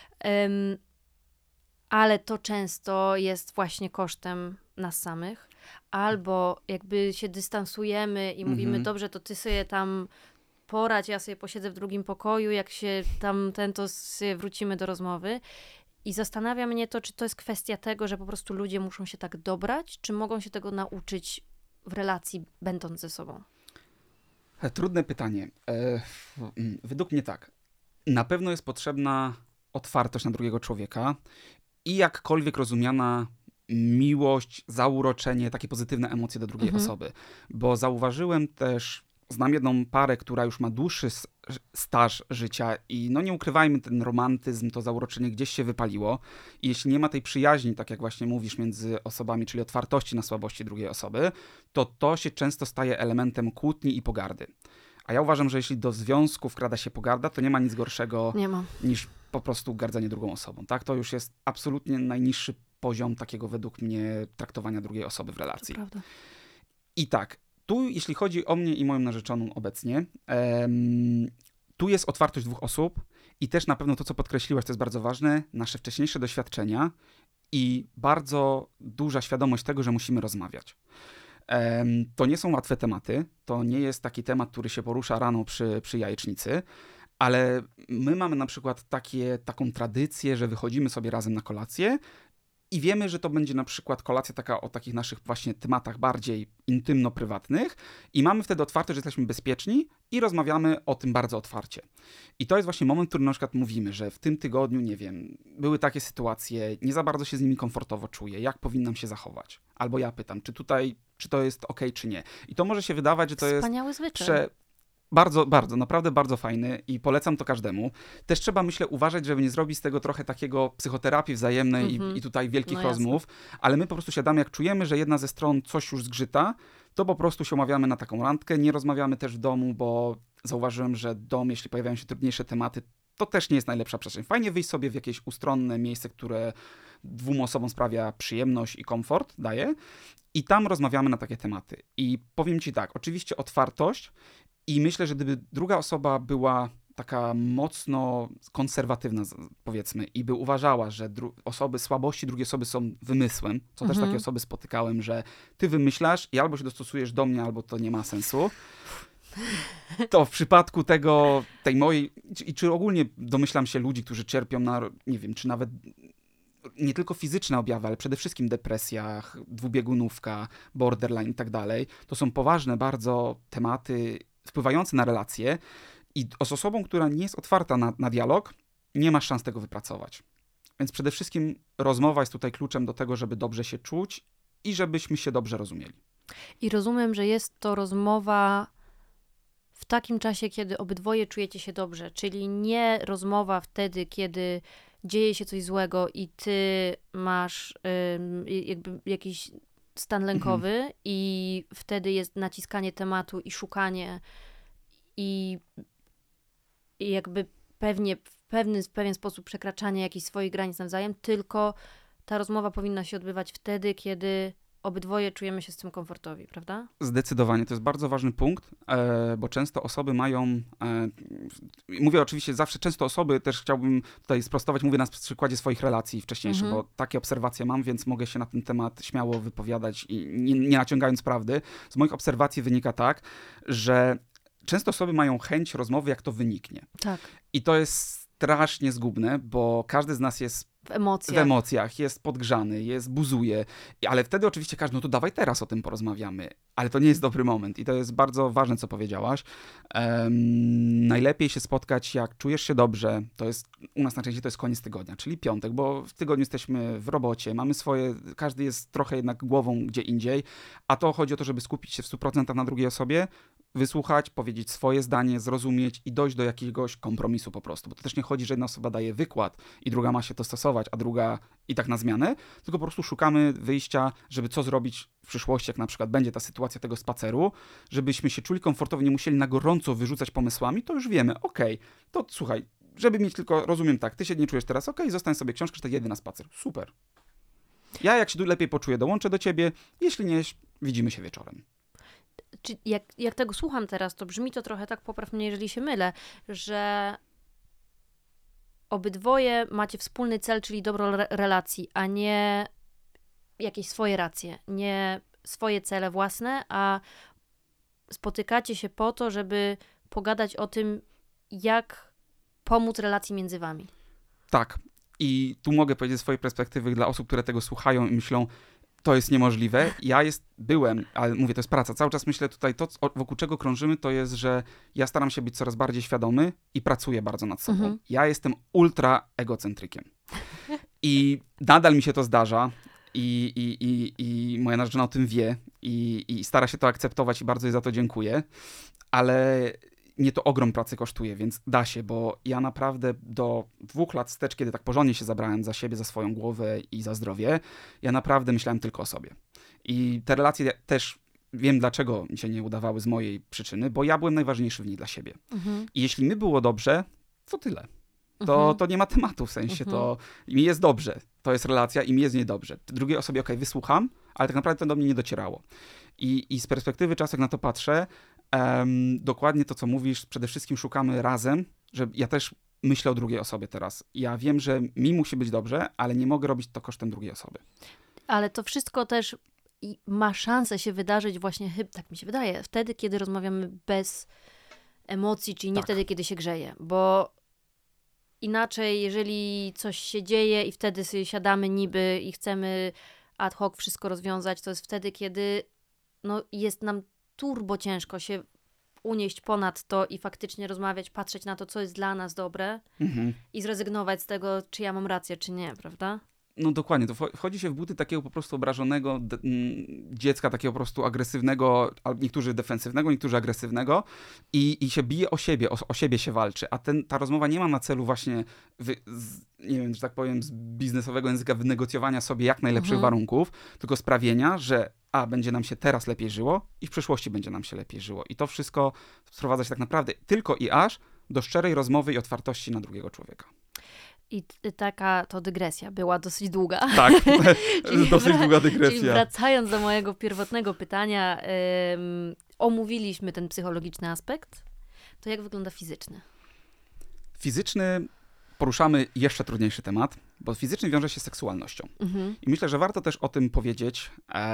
Ale to często jest właśnie kosztem nas samych. Albo jakby się dystansujemy i mówimy, dobrze, to ty sobie tam poradź, ja sobie posiedzę w drugim pokoju, jak się tam to sobie wrócimy do rozmowy. I zastanawia mnie to, czy to jest kwestia tego, że po prostu ludzie muszą się tak dobrać, czy mogą się tego nauczyć w relacji, będąc ze sobą? Trudne pytanie. Według mnie tak. Na pewno jest potrzebna otwartość na drugiego człowieka i jakkolwiek rozumiana miłość, zauroczenie, takie pozytywne emocje do drugiej osoby. Bo zauważyłem też, znam jedną parę, która już ma dłuższy staż życia i no nie ukrywajmy, ten romantyzm, to zauroczenie gdzieś się wypaliło i jeśli nie ma tej przyjaźni, tak jak właśnie mówisz, między osobami, czyli otwartości na słabości drugiej osoby, to się często staje elementem kłótni i pogardy. A ja uważam, że jeśli do związku wkrada się pogarda, to nie ma nic gorszego niż po prostu gardzenie drugą osobą. Tak? To już jest absolutnie najniższy poziom takiego według mnie traktowania drugiej osoby w relacji. To prawda. I tak, tu jeśli chodzi o mnie i moją narzeczoną obecnie, tu jest otwartość dwóch osób i też na pewno to, co podkreśliłaś, to jest bardzo ważne, nasze wcześniejsze doświadczenia i bardzo duża świadomość tego, że musimy rozmawiać. To nie są łatwe tematy, to nie jest taki temat, który się porusza rano przy jajecznicy, ale my mamy na przykład taką tradycję, że wychodzimy sobie razem na kolację i wiemy, że to będzie na przykład kolacja taka o takich naszych właśnie tematach bardziej intymno-prywatnych i mamy wtedy otwartość, że jesteśmy bezpieczni i rozmawiamy o tym bardzo otwarcie. I to jest właśnie moment, w którym na przykład mówimy, że w tym tygodniu, nie wiem, były takie sytuacje, nie za bardzo się z nimi komfortowo czuję, jak powinnam się zachować? Albo ja pytam, czy to jest okej, czy nie? I to może się wydawać, że to jest... Wspaniały zwyczaj. Bardzo, bardzo, naprawdę bardzo fajny i polecam to każdemu. Też trzeba, myślę, uważać, żeby nie zrobić z tego trochę takiego psychoterapii wzajemnej i tutaj wielkich rozmów, ale my po prostu siadamy, jak czujemy, że jedna ze stron coś już zgrzyta, to po prostu się umawiamy na taką randkę. Nie rozmawiamy też w domu, bo zauważyłem, że dom, jeśli pojawiają się trudniejsze tematy, to też nie jest najlepsza przestrzeń. Fajnie wyjść sobie w jakieś ustronne miejsce, które dwóm osobom sprawia przyjemność i komfort, daje. I tam rozmawiamy na takie tematy. I powiem ci tak, oczywiście otwartość. I myślę, że gdyby druga osoba była taka mocno konserwatywna, powiedzmy, i by uważała, że słabości drugiej osoby są wymysłem, co też takie osoby spotykałem, że ty wymyślasz i albo się dostosujesz do mnie, albo to nie ma sensu, to w przypadku tej mojej, czy ogólnie domyślam się ludzi, którzy cierpią na, nie wiem, czy nawet nie tylko fizyczne objawy, ale przede wszystkim depresjach, dwubiegunówka, borderline i tak dalej, to są poważne bardzo tematy wpływające na relacje i z osobą, która nie jest otwarta na dialog, nie masz szans tego wypracować. Więc przede wszystkim rozmowa jest tutaj kluczem do tego, żeby dobrze się czuć i żebyśmy się dobrze rozumieli. I rozumiem, że jest to rozmowa w takim czasie, kiedy obydwoje czujecie się dobrze, czyli nie rozmowa wtedy, kiedy dzieje się coś złego i ty masz jakby jakiś stan lękowy i wtedy jest naciskanie tematu i szukanie i jakby w pewien sposób przekraczanie jakichś swoich granic nawzajem, tylko ta rozmowa powinna się odbywać wtedy, kiedy obydwoje czujemy się z tym komfortowi, prawda? Zdecydowanie, to jest bardzo ważny punkt, bo często osoby mają, mówię oczywiście zawsze często osoby, też chciałbym tutaj sprostować, mówię na przykładzie swoich relacji wcześniejszych, bo takie obserwacje mam, więc mogę się na ten temat śmiało wypowiadać i nie naciągając prawdy. Z moich obserwacji wynika tak, że często osoby mają chęć rozmowy, jak to wyniknie. Tak. I to jest strasznie zgubne, bo każdy z nas jest w emocjach, jest podgrzany, buzuje, ale wtedy oczywiście każdy, no to dawaj teraz o tym porozmawiamy, ale to nie jest dobry moment i to jest bardzo ważne, co powiedziałaś. Najlepiej się spotkać, jak czujesz się dobrze, to jest, u nas najczęściej to jest koniec tygodnia, czyli piątek, bo w tygodniu jesteśmy w robocie, mamy swoje, każdy jest trochę jednak głową gdzie indziej, a to chodzi o to, żeby skupić się w 100% na drugiej osobie, wysłuchać, powiedzieć swoje zdanie, zrozumieć i dojść do jakiegoś kompromisu po prostu, bo to też nie chodzi, że jedna osoba daje wykład i druga ma się to stosować, a druga i tak na zmianę, tylko po prostu szukamy wyjścia, żeby co zrobić w przyszłości, jak na przykład będzie ta sytuacja tego spaceru, żebyśmy się czuli komfortowo, nie musieli na gorąco wyrzucać pomysłami, to już wiemy, to słuchaj, żeby mieć tylko, rozumiem tak, ty się nie czujesz teraz, zostań sobie książkę, czytaj, jedę na spacer, super. Ja jak się lepiej poczuję, dołączę do ciebie, jeśli nie, widzimy się wieczorem. Czy jak tego słucham teraz, to brzmi to trochę tak, popraw mnie, jeżeli się mylę, że obydwoje macie wspólny cel, czyli dobro relacji, a nie jakieś swoje racje, nie swoje cele własne, a spotykacie się po to, żeby pogadać o tym, jak pomóc relacji między wami. Tak. I tu mogę powiedzieć ze swojej perspektywy dla osób, które tego słuchają i myślą, to jest niemożliwe. Byłem, ale mówię, to jest praca. Cały czas myślę tutaj, to wokół czego krążymy, to jest, że ja staram się być coraz bardziej świadomy i pracuję bardzo nad sobą. Ja jestem ultra egocentrykiem. I nadal mi się to zdarza. I moja narzeczona o tym wie i stara się to akceptować i bardzo jej za to dziękuję. Ale mnie to ogrom pracy kosztuje, więc da się, bo ja naprawdę do 2 lat wstecz, kiedy tak porządnie się zabrałem za siebie, za swoją głowę i za zdrowie, ja naprawdę myślałem tylko o sobie. I te relacje też wiem, dlaczego mi się nie udawały z mojej przyczyny, bo ja byłem najważniejszy w nich dla siebie. I jeśli mi było dobrze, to tyle. To nie ma tematu, w sensie to mi jest dobrze, to jest relacja i mi jest niedobrze. Drugiej osobie, wysłucham, ale tak naprawdę to do mnie nie docierało. I z perspektywy czasu, jak na to patrzę, dokładnie to, co mówisz, przede wszystkim szukamy razem, że ja też myślę o drugiej osobie teraz. Ja wiem, że mi musi być dobrze, ale nie mogę robić to kosztem drugiej osoby. Ale to wszystko też ma szansę się wydarzyć właśnie, tak mi się wydaje, wtedy, kiedy rozmawiamy bez emocji, czyli nie wtedy, kiedy się grzeje, bo inaczej, jeżeli coś się dzieje i wtedy sobie siadamy niby i chcemy ad hoc wszystko rozwiązać, to jest wtedy, kiedy jest nam turbo ciężko się unieść ponad to i faktycznie rozmawiać, patrzeć na to, co jest dla nas dobre i zrezygnować z tego, czy ja mam rację, czy nie, prawda? No dokładnie, to wchodzi się w buty takiego po prostu obrażonego dziecka, takiego po prostu agresywnego, niektórzy defensywnego, niektórzy agresywnego i się bije o siebie, o siebie się walczy, a ta rozmowa nie ma na celu właśnie, nie wiem, że tak powiem, z biznesowego języka wynegocjowania sobie jak najlepszych warunków, tylko sprawienia, że będzie nam się teraz lepiej żyło i w przyszłości będzie nam się lepiej żyło. I to wszystko sprowadza się tak naprawdę tylko i aż do szczerej rozmowy i otwartości na drugiego człowieka. I taka to dygresja była dosyć długa. Tak, dosyć długa dygresja. Czyli wracając do mojego pierwotnego pytania, omówiliśmy ten psychologiczny aspekt. To jak wygląda fizyczny? Fizyczny poruszamy jeszcze trudniejszy temat, bo fizyczny wiąże się z seksualnością. I myślę, że warto też o tym powiedzieć.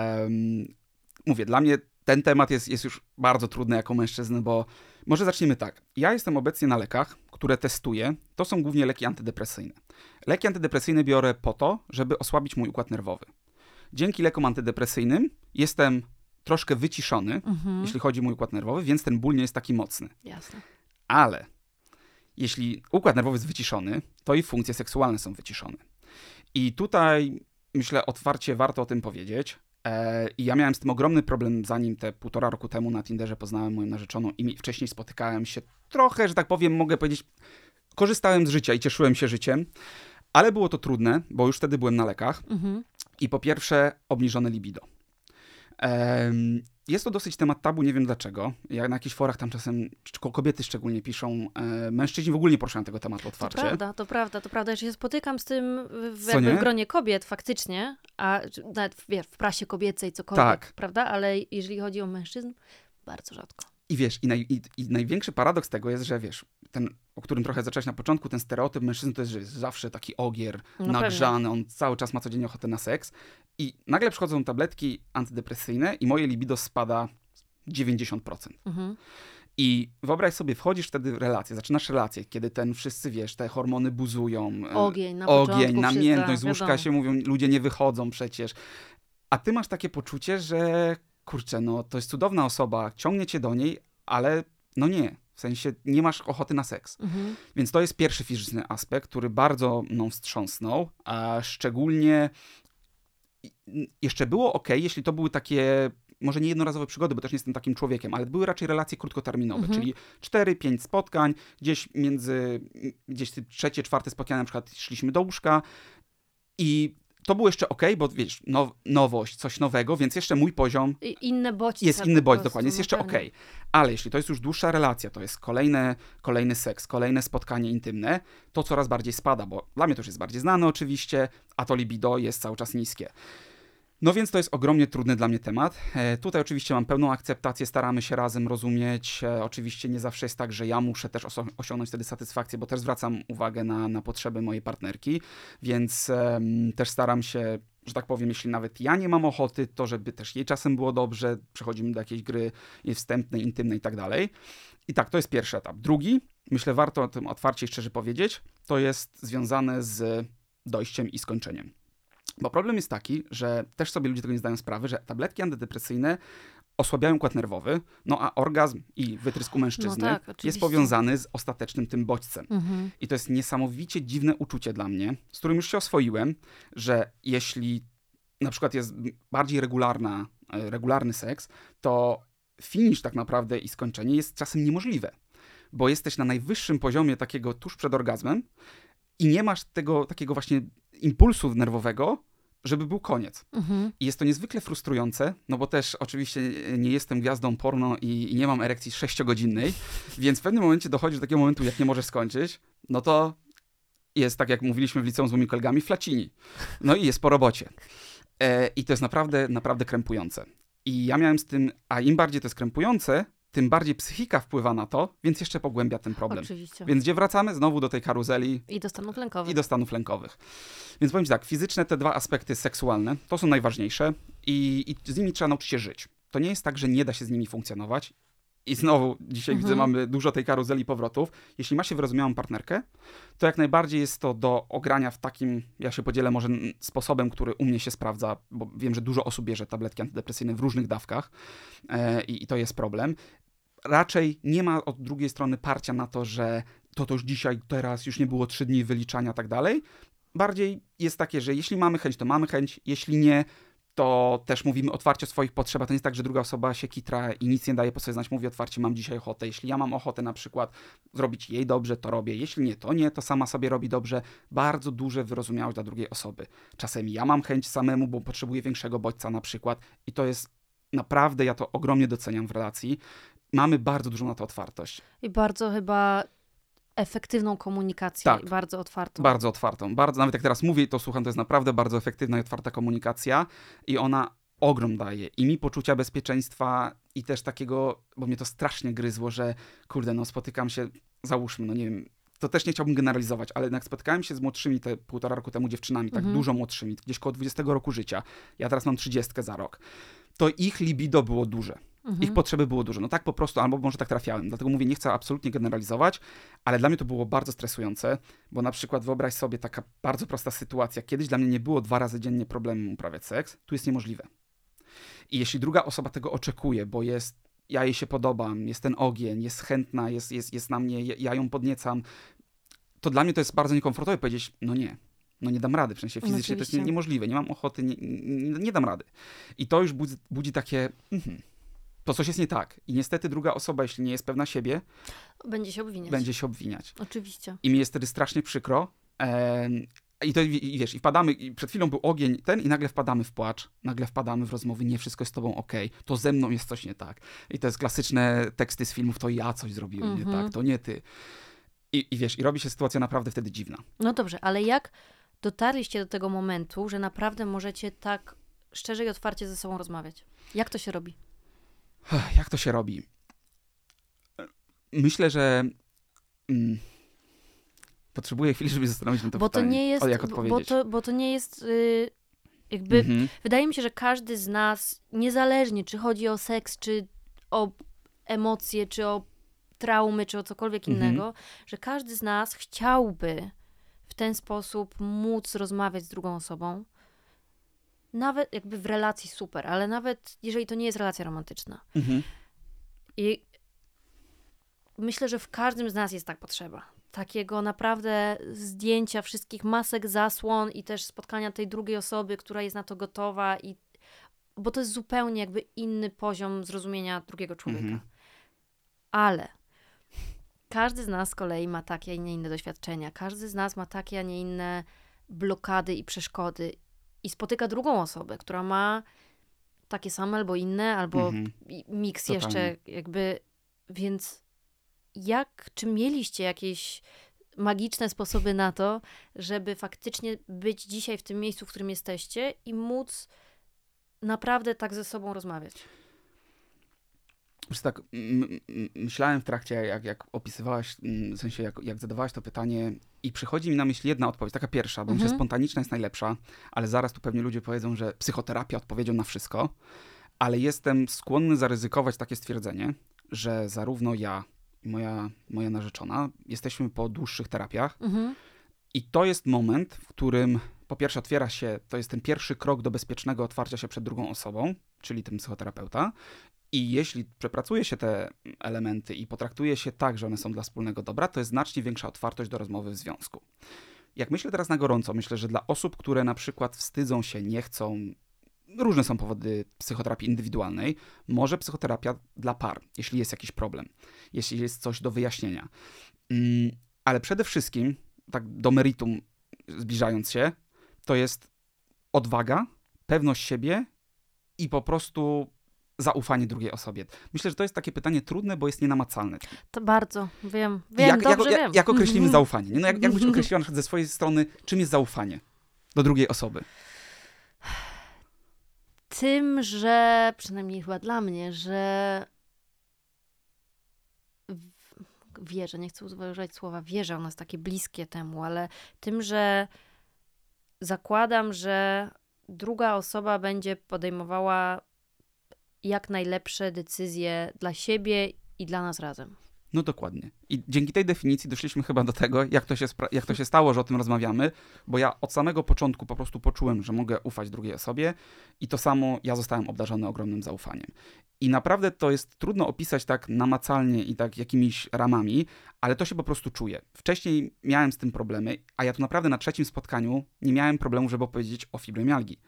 Mówię, dla mnie ten temat jest już bardzo trudny jako mężczyzny, bo może zacznijmy tak. Ja jestem obecnie na lekach, które testuję. To są głównie leki antydepresyjne. Leki antydepresyjne biorę po to, żeby osłabić mój układ nerwowy. Dzięki lekom antydepresyjnym jestem troszkę wyciszony, jeśli chodzi o mój układ nerwowy, więc ten ból nie jest taki mocny. Jasne. Ale jeśli układ nerwowy jest wyciszony, to i funkcje seksualne są wyciszone. I tutaj, myślę, otwarcie warto o tym powiedzieć. I ja miałem z tym ogromny problem, zanim te 1,5 roku temu na Tinderze poznałem moją narzeczoną i wcześniej spotykałem się trochę, że tak powiem, mogę powiedzieć, korzystałem z życia i cieszyłem się życiem, ale było to trudne, bo już wtedy byłem na lekach i po pierwsze obniżone libido. Jest to dosyć temat tabu, nie wiem dlaczego. Jak na jakichś forach tam czasem kobiety szczególnie piszą, mężczyźni w ogóle nie poruszają tego tematu otwarcie. To prawda. Ja się spotykam z tym w gronie kobiet faktycznie, a nawet w prasie kobiecej cokolwiek, prawda? Ale jeżeli chodzi o mężczyzn, bardzo rzadko. I wiesz, i największy paradoks tego jest, że wiesz, ten, o którym trochę zacząłeś na początku, ten stereotyp mężczyzny to jest, że jest zawsze taki ogier, nagrzany, on cały czas ma codziennie ochotę na seks. I nagle przychodzą tabletki antydepresyjne i moje libido spada 90%. I wyobraź sobie, wchodzisz wtedy w relację, zaczynasz relację, kiedy wszyscy, wiesz, te hormony buzują. Ogień, namiętność, z łóżka się mówią, ludzie nie wychodzą przecież. A ty masz takie poczucie, że kurczę, to jest cudowna osoba, ciągnie cię do niej, ale nie. W sensie nie masz ochoty na seks. Więc to jest pierwszy fizyczny aspekt, który bardzo mną wstrząsnął, a szczególnie jeszcze było okej, jeśli to były takie, może nie jednorazowe przygody, bo też nie jestem takim człowiekiem, ale były raczej relacje krótkoterminowe, czyli 4-5 spotkań, gdzieś trzecie, czwarte spotkanie na przykład szliśmy do łóżka i to było jeszcze okej, bo wiesz, nowość, coś nowego, więc jeszcze mój poziom inne bodźce. Jest inny bodź, dokładnie, jest jeszcze okej. Ale jeśli to jest już dłuższa relacja, to jest kolejny seks, kolejne spotkanie intymne, to coraz bardziej spada, bo dla mnie to już jest bardziej znane oczywiście, a to libido jest cały czas niskie. No więc to jest ogromnie trudny dla mnie temat. Tutaj oczywiście mam pełną akceptację, staramy się razem rozumieć. Oczywiście nie zawsze jest tak, że ja muszę też osiągnąć wtedy satysfakcję, bo też zwracam uwagę na potrzeby mojej partnerki, więc też staram się, że tak powiem, jeśli nawet ja nie mam ochoty, to żeby też jej czasem było dobrze, przechodzimy do jakiejś gry wstępnej, intymnej i tak dalej. I tak, to jest pierwszy etap. Drugi, myślę warto o tym otwarcie i szczerze powiedzieć, to jest związane z dojściem i skończeniem. Bo problem jest taki, że też sobie ludzie tego nie zdają sprawy, że tabletki antydepresyjne osłabiają układ nerwowy, no a orgazm i wytrysk u mężczyzny jest powiązany z ostatecznym tym bodźcem. I to jest niesamowicie dziwne uczucie dla mnie, z którym już się oswoiłem, że jeśli na przykład jest bardziej regularny seks, to finish tak naprawdę i skończenie jest czasem niemożliwe, bo jesteś na najwyższym poziomie takiego tuż przed orgazmem i nie masz tego takiego właśnie impulsu nerwowego, żeby był koniec. I jest to niezwykle frustrujące, no bo też oczywiście nie jestem gwiazdą porno i nie mam erekcji 6-godzinnej, więc w pewnym momencie dochodzi do takiego momentu, jak nie możesz skończyć, no to jest tak, jak mówiliśmy w liceum z moimi kolegami, flacini. No i jest po robocie. I to jest naprawdę, naprawdę krępujące. I ja miałem z tym, a im bardziej to jest krępujące, tym bardziej psychika wpływa na to, więc jeszcze pogłębia ten problem. Oczywiście. Więc gdzie wracamy? Znowu do tej karuzeli. I do stanów lękowych. I do stanów lękowych. Więc powiem ci tak, fizyczne te dwa aspekty seksualne, to są najważniejsze i z nimi trzeba nauczyć się żyć. To nie jest tak, że nie da się z nimi funkcjonować. I znowu, dzisiaj widzę, mamy dużo tej karuzeli powrotów. Jeśli ma się wyrozumiałą partnerkę, to jak najbardziej jest to do ogrania w takim, ja się podzielę może sposobem, który u mnie się sprawdza, bo wiem, że dużo osób bierze tabletki antydepresyjne w różnych dawkach i to jest problem. Raczej nie ma od drugiej strony parcia na to, że to już dzisiaj, teraz, już nie było 3 dni wyliczania i tak dalej. Bardziej jest takie, że jeśli mamy chęć, to mamy chęć, jeśli nie, to też mówimy otwarcie o swoich potrzebach. To nie jest tak, że druga osoba się kitra i nic nie daje po sobie znać, mówi otwarcie, mam dzisiaj ochotę. Jeśli ja mam ochotę na przykład zrobić jej dobrze, to robię. Jeśli nie, to sama sobie robi dobrze. Bardzo duże wyrozumiałość dla drugiej osoby. Czasem ja mam chęć samemu, bo potrzebuję większego bodźca na przykład i to jest naprawdę, ja to ogromnie doceniam w relacji. Mamy bardzo dużą na to otwartość. I bardzo chyba efektywną komunikację. Tak. I bardzo otwartą. Bardzo otwartą. Bardzo, nawet jak teraz mówię i to słucham, to jest naprawdę bardzo efektywna i otwarta komunikacja i ona ogrom daje. I mi poczucia bezpieczeństwa i też takiego, bo mnie to strasznie gryzło, że kurde, no spotykam się, załóżmy, no nie wiem, to też nie chciałbym generalizować, ale jednak spotkałem się z młodszymi te 1,5 roku temu dziewczynami, tak dużo młodszymi, gdzieś koło 20 roku życia. Ja teraz mam 30 za rok. To ich libido było duże. Ich potrzeby było dużo. No tak po prostu, albo może tak trafiałem. Dlatego mówię, nie chcę absolutnie generalizować, ale dla mnie to było bardzo stresujące, bo na przykład wyobraź sobie taka bardzo prosta sytuacja. Kiedyś dla mnie nie było 2 razy dziennie problemu uprawiać seks. Tu jest niemożliwe. I jeśli druga osoba tego oczekuje, bo ja jej się podobam, jest ten ogień, jest chętna, jest na mnie, ja ją podniecam, to dla mnie to jest bardzo niekomfortowe powiedzieć, no nie dam rady, w sensie fizycznie to jest niemożliwe, nie mam ochoty, nie dam rady. I to już budzi takie... To coś jest nie tak. I niestety druga osoba, jeśli nie jest pewna siebie, będzie się obwiniać. Oczywiście. I mi jest wtedy strasznie przykro. I to wiesz, i wpadamy, i przed chwilą był ogień i nagle wpadamy w płacz, nagle wpadamy w rozmowy, nie wszystko jest z tobą okej, to ze mną jest coś nie tak. I to jest klasyczne teksty z filmów, to ja coś zrobiłem nie tak, to nie ty. I wiesz, i robi się sytuacja naprawdę wtedy dziwna. No dobrze, ale jak dotarliście do tego momentu, że naprawdę możecie tak szczerze i otwarcie ze sobą rozmawiać? Jak to się robi? Jak to się robi? Myślę, że potrzebuję chwili, żeby zastanowić się na to bo pytanie. To nie jest, jak odpowiedzieć. Bo to nie jest jakby... Wydaje mi się, że każdy z nas, niezależnie czy chodzi o seks, czy o emocje, czy o traumy, czy o cokolwiek innego, że każdy z nas chciałby w ten sposób móc rozmawiać z drugą osobą. Nawet jakby w relacji super, ale nawet jeżeli to nie jest relacja romantyczna. I myślę, że w każdym z nas jest tak potrzeba. Takiego naprawdę zdjęcia wszystkich masek, zasłon i też spotkania tej drugiej osoby, która jest na to gotowa. Bo to jest zupełnie jakby inny poziom zrozumienia drugiego człowieka. Ale każdy z nas z kolei ma takie, a nie inne doświadczenia. Każdy z nas ma takie, a nie inne blokady i przeszkody. i spotyka drugą osobę, która ma takie same albo inne, albo miks Totalnie. jeszcze jakby, więc czy mieliście jakieś magiczne sposoby na to, żeby faktycznie być dzisiaj w tym miejscu, w którym jesteście i móc naprawdę tak ze sobą rozmawiać? Już tak myślałem w trakcie, jak opisywałaś, w sensie jak zadawałaś to pytanie i przychodzi mi na myśl jedna odpowiedź, taka pierwsza, bo myślę, spontaniczna jest najlepsza, ale zaraz tu pewnie ludzie powiedzą, że psychoterapia odpowiedzią na wszystko, ale jestem skłonny zaryzykować takie stwierdzenie, że zarówno ja i moja narzeczona jesteśmy po dłuższych terapiach i to jest moment, w którym po pierwsze otwiera się, to jest ten pierwszy krok do bezpiecznego otwarcia się przed drugą osobą, czyli tym psychoterapeuta. I jeśli przepracuje się te elementy i potraktuje się tak, że one są dla wspólnego dobra, to jest znacznie większa otwartość do rozmowy w związku. Jak myślę teraz na gorąco, myślę, że dla osób, które na przykład wstydzą się, nie chcą, różne są powody psychoterapii indywidualnej, może psychoterapia dla par, jeśli jest jakiś problem, jeśli jest coś do wyjaśnienia. Ale przede wszystkim, tak do meritum zbliżając się, to jest odwaga, pewność siebie i po prostu zaufanie drugiej osobie. Myślę, że to jest takie pytanie trudne, bo jest nienamacalne. To bardzo, wiem. Jak określimy zaufanie? Nie? No jak byś określiła na przykład ze swojej strony, czym jest zaufanie do drugiej osoby? Tym, że, przynajmniej chyba dla mnie, że wierzę, nie chcę używać słowa wierzę, ono jest takie bliskie temu, ale tym, że zakładam, że druga osoba będzie podejmowała jak najlepsze decyzje dla siebie i dla nas razem. No dokładnie. I dzięki tej definicji doszliśmy chyba do tego, jak to się stało, że o tym rozmawiamy, bo ja od samego początku po prostu poczułem, że mogę ufać drugiej osobie i to samo ja zostałem obdarzony ogromnym zaufaniem. I naprawdę to jest trudno opisać tak namacalnie i tak jakimiś ramami, ale to się po prostu czuje. Wcześniej miałem z tym problemy, a ja tu naprawdę na 3. spotkaniu nie miałem problemu, żeby opowiedzieć o fibromialgii.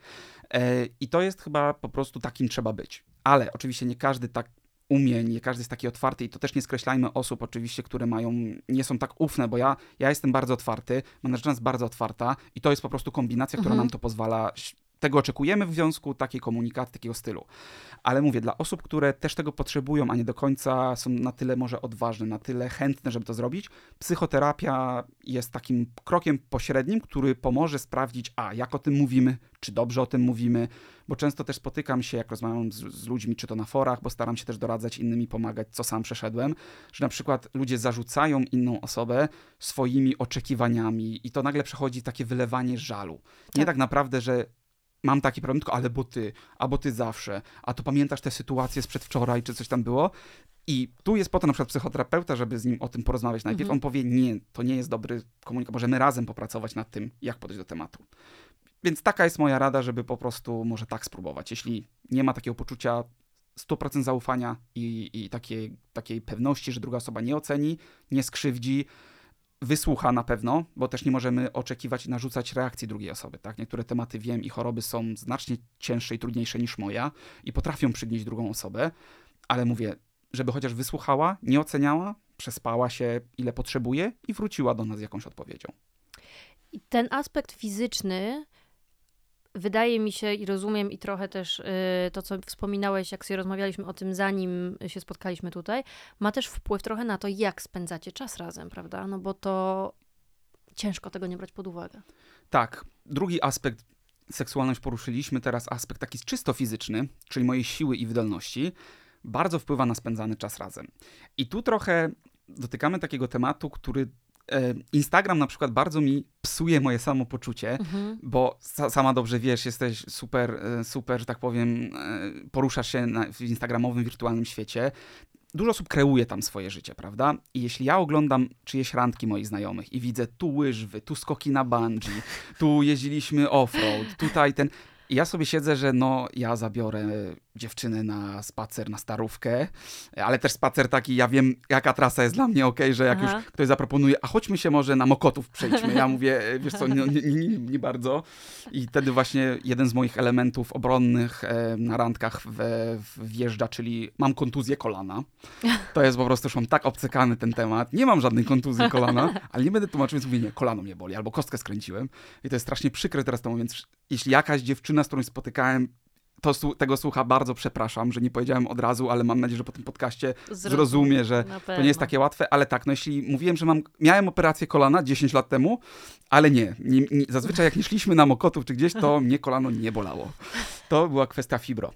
I to jest chyba po prostu takim trzeba być. Ale oczywiście nie każdy tak umie, nie każdy jest taki otwarty i to też nie skreślajmy osób oczywiście, które nie są tak ufne, bo ja jestem bardzo otwarty, moja narzeczona jest bardzo otwarta i to jest po prostu kombinacja, która nam to pozwala. Tego oczekujemy w związku, takiej komunikacji, takiego stylu. Ale mówię, dla osób, które też tego potrzebują, a nie do końca są na tyle może odważne, na tyle chętne, żeby to zrobić, psychoterapia jest takim krokiem pośrednim, który pomoże sprawdzić, jak o tym mówimy, czy dobrze o tym mówimy, bo często też spotykam się, jak rozmawiam z ludźmi, czy to na forach, bo staram się też doradzać innym i pomagać, co sam przeszedłem, że na przykład ludzie zarzucają inną osobę swoimi oczekiwaniami i to nagle przechodzi takie wylewanie żalu. Nie tak naprawdę, że mam taki problem, tylko ale bo ty zawsze, a to pamiętasz tę sytuację sprzed wczoraj, czy coś tam było? I tu jest po to na przykład psychoterapeuta, żeby z nim o tym porozmawiać najpierw. On powie, nie, to nie jest dobry komunikat, możemy razem popracować nad tym, jak podejść do tematu. Więc taka jest moja rada, żeby po prostu może tak spróbować. Jeśli nie ma takiego poczucia 100% zaufania i takiej pewności, że druga osoba nie oceni, nie skrzywdzi, wysłucha na pewno, bo też nie możemy oczekiwać i narzucać reakcji drugiej osoby. Tak? Niektóre tematy wiem i choroby są znacznie cięższe i trudniejsze niż moja i potrafią przygnieść drugą osobę, ale mówię, żeby chociaż wysłuchała, nie oceniała, przespała się ile potrzebuje i wróciła do nas z jakąś odpowiedzią. I ten aspekt fizyczny wydaje mi się i rozumiem i trochę też to, co wspominałeś, jak sobie rozmawialiśmy o tym, zanim się spotkaliśmy tutaj, ma też wpływ trochę na to, jak spędzacie czas razem, prawda? No bo to ciężko tego nie brać pod uwagę. Tak. Drugi aspekt, seksualność poruszyliśmy, teraz aspekt taki czysto fizyczny, czyli mojej siły i wydolności, bardzo wpływa na spędzany czas razem. I tu trochę dotykamy takiego tematu, który Instagram na przykład bardzo mi psuje moje samopoczucie, bo sama dobrze wiesz, jesteś super, że tak powiem, poruszasz się w instagramowym, wirtualnym świecie. Dużo osób kreuje tam swoje życie, prawda? I jeśli ja oglądam czyjeś randki moich znajomych i widzę tu łyżwy, tu skoki na bungee, tu jeździliśmy off-road, tutaj ten... I ja sobie siedzę, że ja zabiorę dziewczynę na spacer, na Starówkę, ale też spacer taki, ja wiem, jaka trasa jest dla mnie okej, że jak już ktoś zaproponuje, a chodźmy się może na Mokotów przejdźmy. Ja mówię, wiesz co, nie bardzo. I wtedy właśnie jeden z moich elementów obronnych na randkach wjeżdża, czyli mam kontuzję kolana. To jest po prostu, już mam tak obcykany ten temat. Nie mam żadnej kontuzji kolana, ale nie będę tłumaczył, więc mówię, nie, kolano mnie boli, albo kostkę skręciłem. I to jest strasznie przykre teraz to, więc jeśli jakaś dziewczyna, z którą spotykałem, tego słucha, bardzo przepraszam, że nie powiedziałem od razu, ale mam nadzieję, że po tym podcaście zrozumie, że to nie jest takie łatwe, ale tak, no jeśli mówiłem, że miałem operację kolana 10 lat temu, ale nie, zazwyczaj jak nie szliśmy na Mokotów czy gdzieś, to mnie kolano nie bolało. To była kwestia fibro.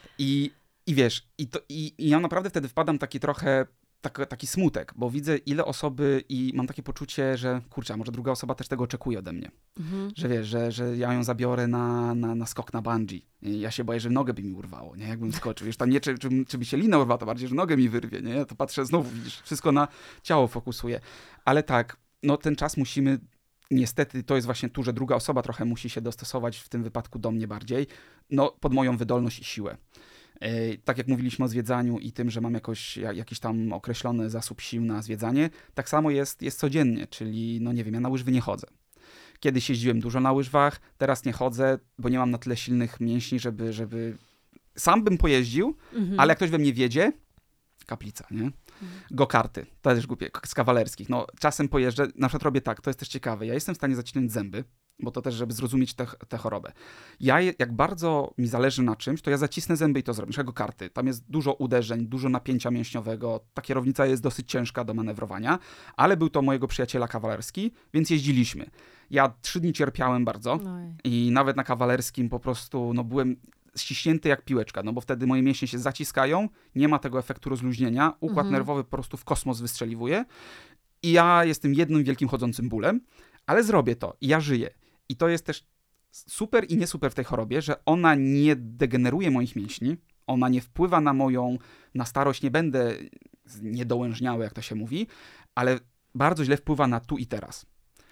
I wiesz, i ja naprawdę wtedy wpadam taki trochę taki smutek, bo widzę ile osoby i mam takie poczucie, że kurczę, a może druga osoba też tego oczekuje ode mnie. Że wiesz, że ja ją zabiorę na skok na bungee. Ja się boję, że nogę by mi urwało, nie? Jakbym skoczył. Wiesz, tam nie czy by się linę urwała, to bardziej, że nogę mi wyrwie, nie? Ja to patrzę znowu, widzisz, wszystko na ciało fokusuje. Ale tak, no ten czas musimy, niestety to jest właśnie tu, że druga osoba trochę musi się dostosować w tym wypadku do mnie bardziej, no pod moją wydolność i siłę. Tak jak mówiliśmy o zwiedzaniu i tym, że mam jakiś tam określony zasób sił na zwiedzanie, tak samo jest codziennie, czyli no nie wiem, ja na łyżwy nie chodzę. Kiedyś jeździłem dużo na łyżwach, teraz nie chodzę, bo nie mam na tyle silnych mięśni, żeby... Sam bym pojeździł, ale jak ktoś we mnie wiedzie, kaplica, nie? Go-karty, to też głupie, z kawalerskich. No czasem pojeżdżę, na przykład robię tak, to jest też ciekawe, ja jestem w stanie zacisnąć zęby, bo to też, żeby zrozumieć tę chorobę. Jak bardzo mi zależy na czymś, to ja zacisnę zęby i to zrobię. Na go-karty, tam jest dużo uderzeń, dużo napięcia mięśniowego, ta kierownica jest dosyć ciężka do manewrowania, ale był to mojego przyjaciela kawalerski, więc jeździliśmy. Ja 3 dni cierpiałem bardzo i nawet na kawalerskim po prostu, no byłem ściśnięty jak piłeczka, no bo wtedy moje mięśnie się zaciskają, nie ma tego efektu rozluźnienia, układ nerwowy po prostu w kosmos wystrzeliwuje i ja jestem jednym wielkim chodzącym bólem, ale zrobię to i ja żyję. I to jest też super i nie super w tej chorobie, że ona nie degeneruje moich mięśni, ona nie wpływa na starość, nie będę niedołężniały, jak to się mówi, ale bardzo źle wpływa na tu i teraz.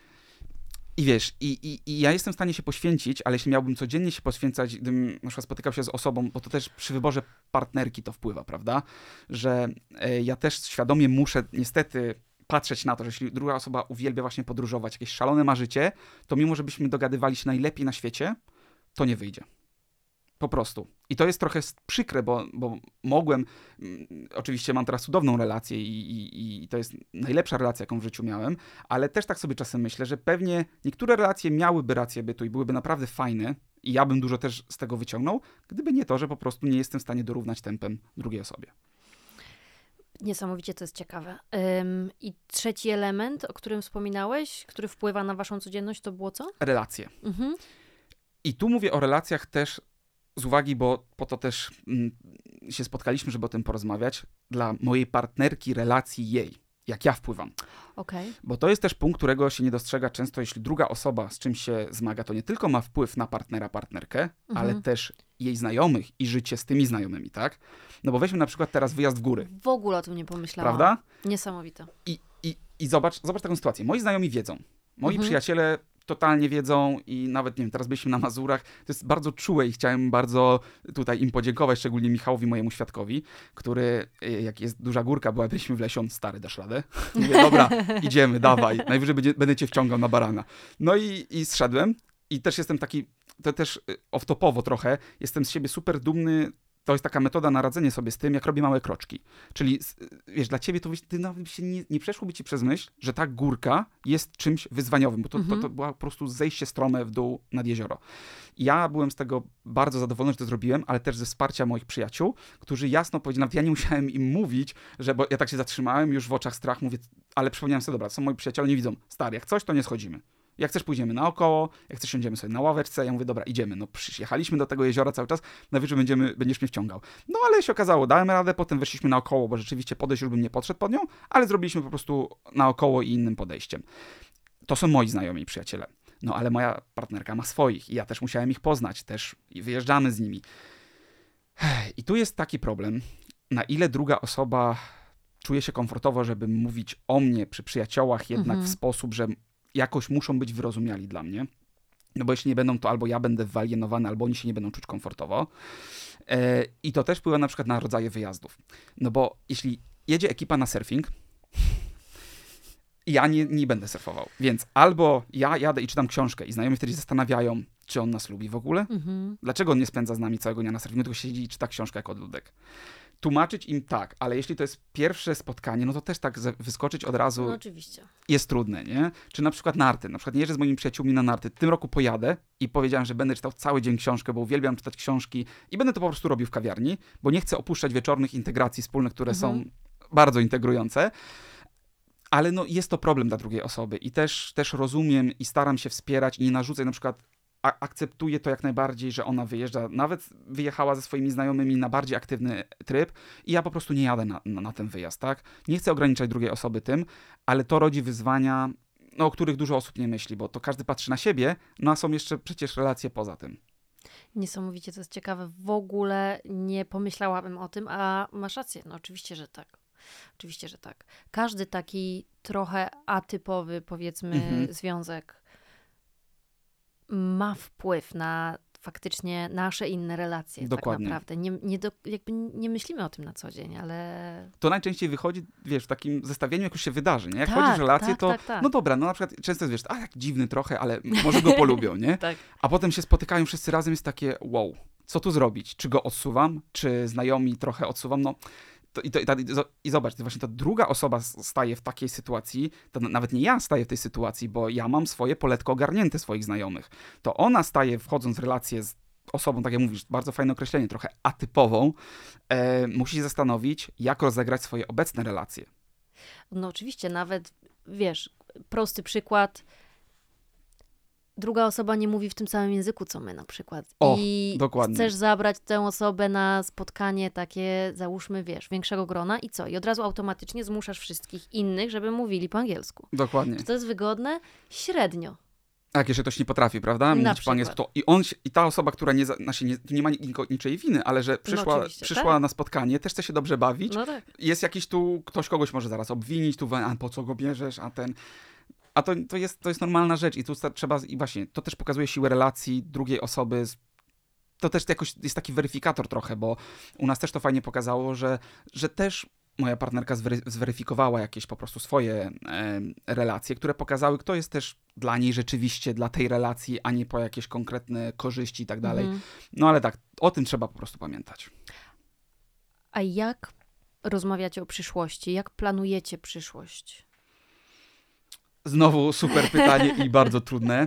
I wiesz, i ja jestem w stanie się poświęcić, ale jeśli miałbym codziennie się poświęcać, gdybym na przykład spotykał się z osobą, bo to też przy wyborze partnerki to wpływa, prawda? Że ja też świadomie muszę niestety patrzeć na to, że jeśli druga osoba uwielbia właśnie podróżować, jakieś szalone marzycie, to mimo, żebyśmy dogadywali się najlepiej na świecie, to nie wyjdzie. Po prostu. I to jest trochę przykre, bo mogłem, oczywiście mam teraz cudowną relację i to jest najlepsza relacja, jaką w życiu miałem, ale też tak sobie czasem myślę, że pewnie niektóre relacje miałyby rację bytu i byłyby naprawdę fajne i ja bym dużo też z tego wyciągnął, gdyby nie to, że po prostu nie jestem w stanie dorównać tempem drugiej osobie. Niesamowicie to jest ciekawe. I trzeci element, o którym wspominałeś, który wpływa na waszą codzienność, to było co? Relacje. I tu mówię o relacjach też z uwagi, bo po to też się spotkaliśmy, żeby o tym porozmawiać, dla mojej partnerki relacji jej, jak ja wpływam. Okay. Bo to jest też punkt, którego się nie dostrzega często, jeśli druga osoba z czymś się zmaga, to nie tylko ma wpływ na partnera, partnerkę, ale też jej znajomych i życie z tymi znajomymi, tak? No bo weźmy na przykład teraz wyjazd w góry. W ogóle o tym nie pomyślałam. Prawda? Niesamowite. I zobacz taką sytuację. Moi znajomi wiedzą. Moi przyjaciele totalnie wiedzą i nawet, nie wiem, teraz byliśmy na Mazurach, to jest bardzo czułe i chciałem bardzo tutaj im podziękować, szczególnie Michałowi, mojemu świadkowi, który, jak jest duża górka, byliśmy w lesie, on stary, dasz radę? Mówię, dobra, idziemy, dawaj, najwyżej będę cię wciągał na barana. No i zszedłem i też jestem taki, to też off-topowo trochę, jestem z siebie super dumny. To jest taka metoda na radzenie sobie z tym, jak robię małe kroczki. Czyli, wiesz, dla ciebie to nawet się nie przeszłoby ci przez myśl, że ta górka jest czymś wyzwaniowym, bo to była po prostu zejście strome w dół nad jezioro. Ja byłem z tego bardzo zadowolony, że to zrobiłem, ale też ze wsparcia moich przyjaciół, którzy jasno powiedzieli, nawet ja nie musiałem im mówić, bo ja tak się zatrzymałem, już w oczach strach, mówię, ale przypomniałem sobie, dobra, to są moi przyjaciele, nie widzą, stary, jak coś, to nie schodzimy. Jak chcesz, pójdziemy naokoło, jak chcesz, siądziemy sobie na ławeczce. Ja mówię, dobra, idziemy. No przyjechaliśmy do tego jeziora cały czas, najwyżej będziesz mnie wciągał. No ale się okazało, dałem radę, potem weszliśmy naokoło, bo rzeczywiście podejść już bym nie podszedł pod nią, ale zrobiliśmy po prostu naokoło i innym podejściem. To są moi znajomi i przyjaciele. No ale moja partnerka ma swoich i ja też musiałem ich poznać, też i wyjeżdżamy z nimi. I tu jest taki problem, na ile druga osoba czuje się komfortowo, żeby mówić o mnie przy przyjaciołach jednak w sposób, że jakoś muszą być wyrozumiali dla mnie. No bo jeśli nie będą, to albo ja będę wyalienowany, albo oni się nie będą czuć komfortowo. I to też wpływa na przykład na rodzaje wyjazdów. No bo jeśli jedzie ekipa na surfing, ja nie będę surfował. Więc albo ja jadę i czytam książkę i znajomi wtedy się zastanawiają, czy on nas lubi w ogóle? Dlaczego on nie spędza z nami całego dnia na surfingu, tylko siedzi i czyta książkę jako odludek? Tłumaczyć im tak, ale jeśli to jest pierwsze spotkanie, no to też tak wyskoczyć od razu no oczywiście. Jest trudne, nie? Czy na przykład narty. Na przykład nie jeżdżę z moimi przyjaciółmi na narty. W tym roku pojadę i powiedziałem, że będę czytał cały dzień książkę, bo uwielbiam czytać książki i będę to po prostu robił w kawiarni, bo nie chcę opuszczać wieczornych integracji wspólnych, które są bardzo integrujące. Ale no jest to problem dla drugiej osoby i też rozumiem i staram się wspierać i nie narzucać, na przykład akceptuję to jak najbardziej, że ona wyjeżdża, nawet wyjechała ze swoimi znajomymi na bardziej aktywny tryb i ja po prostu nie jadę na ten wyjazd, tak? Nie chcę ograniczać drugiej osoby tym, ale to rodzi wyzwania, no, o których dużo osób nie myśli, bo to każdy patrzy na siebie, no a są jeszcze przecież relacje poza tym. Niesamowicie, to jest ciekawe. W ogóle nie pomyślałabym o tym, a masz rację. No oczywiście, że tak. Oczywiście, że tak. Każdy taki trochę atypowy, powiedzmy, związek ma wpływ na faktycznie nasze inne relacje. Dokładnie. Tak naprawdę. Jakby nie myślimy o tym na co dzień, ale... To najczęściej wychodzi, wiesz, w takim zestawieniu, jak już się wydarzy, nie? Jak chodzi w relacje, to no dobra, no na przykład często jest, wiesz, jak dziwny trochę, ale może go polubią, nie? Tak. A potem się spotykają wszyscy razem, jest takie wow, co tu zrobić? Czy go odsuwam? Czy znajomi trochę odsuwam? No I zobacz, właśnie ta druga osoba staje w takiej sytuacji, to nawet nie ja staję w tej sytuacji, bo ja mam swoje poletko ogarnięte swoich znajomych. To ona staje, wchodząc w relację z osobą, tak jak mówisz, bardzo fajne określenie, trochę atypową, musi się zastanowić, jak rozegrać swoje obecne relacje. No oczywiście, nawet, wiesz, prosty przykład, druga osoba nie mówi w tym samym języku, co my na przykład. I dokładnie. Chcesz zabrać tę osobę na spotkanie takie, załóżmy, wiesz, większego grona i co? I od razu automatycznie zmuszasz wszystkich innych, żeby mówili po angielsku. Dokładnie. Czy to jest wygodne? Średnio. Tak, jeżeli ktoś nie potrafi, prawda? Mówić po angielsku, to i ta osoba, która nie ma niczej winy, ale że przyszła na spotkanie, też chce się dobrze bawić. No tak. Jest jakiś tu, ktoś kogoś może zaraz obwinić, a po co go bierzesz, A to jest normalna rzecz i tu trzeba, i właśnie, to też pokazuje siłę relacji drugiej osoby. To też jakoś jest taki weryfikator trochę, bo u nas też to fajnie pokazało, że też moja partnerka zweryfikowała jakieś po prostu swoje relacje, które pokazały, kto jest też dla niej rzeczywiście, dla tej relacji, a nie po jakieś konkretne korzyści i tak dalej. No ale tak, o tym trzeba po prostu pamiętać. A jak rozmawiacie o przyszłości? Jak planujecie przyszłość? Znowu super pytanie i bardzo trudne.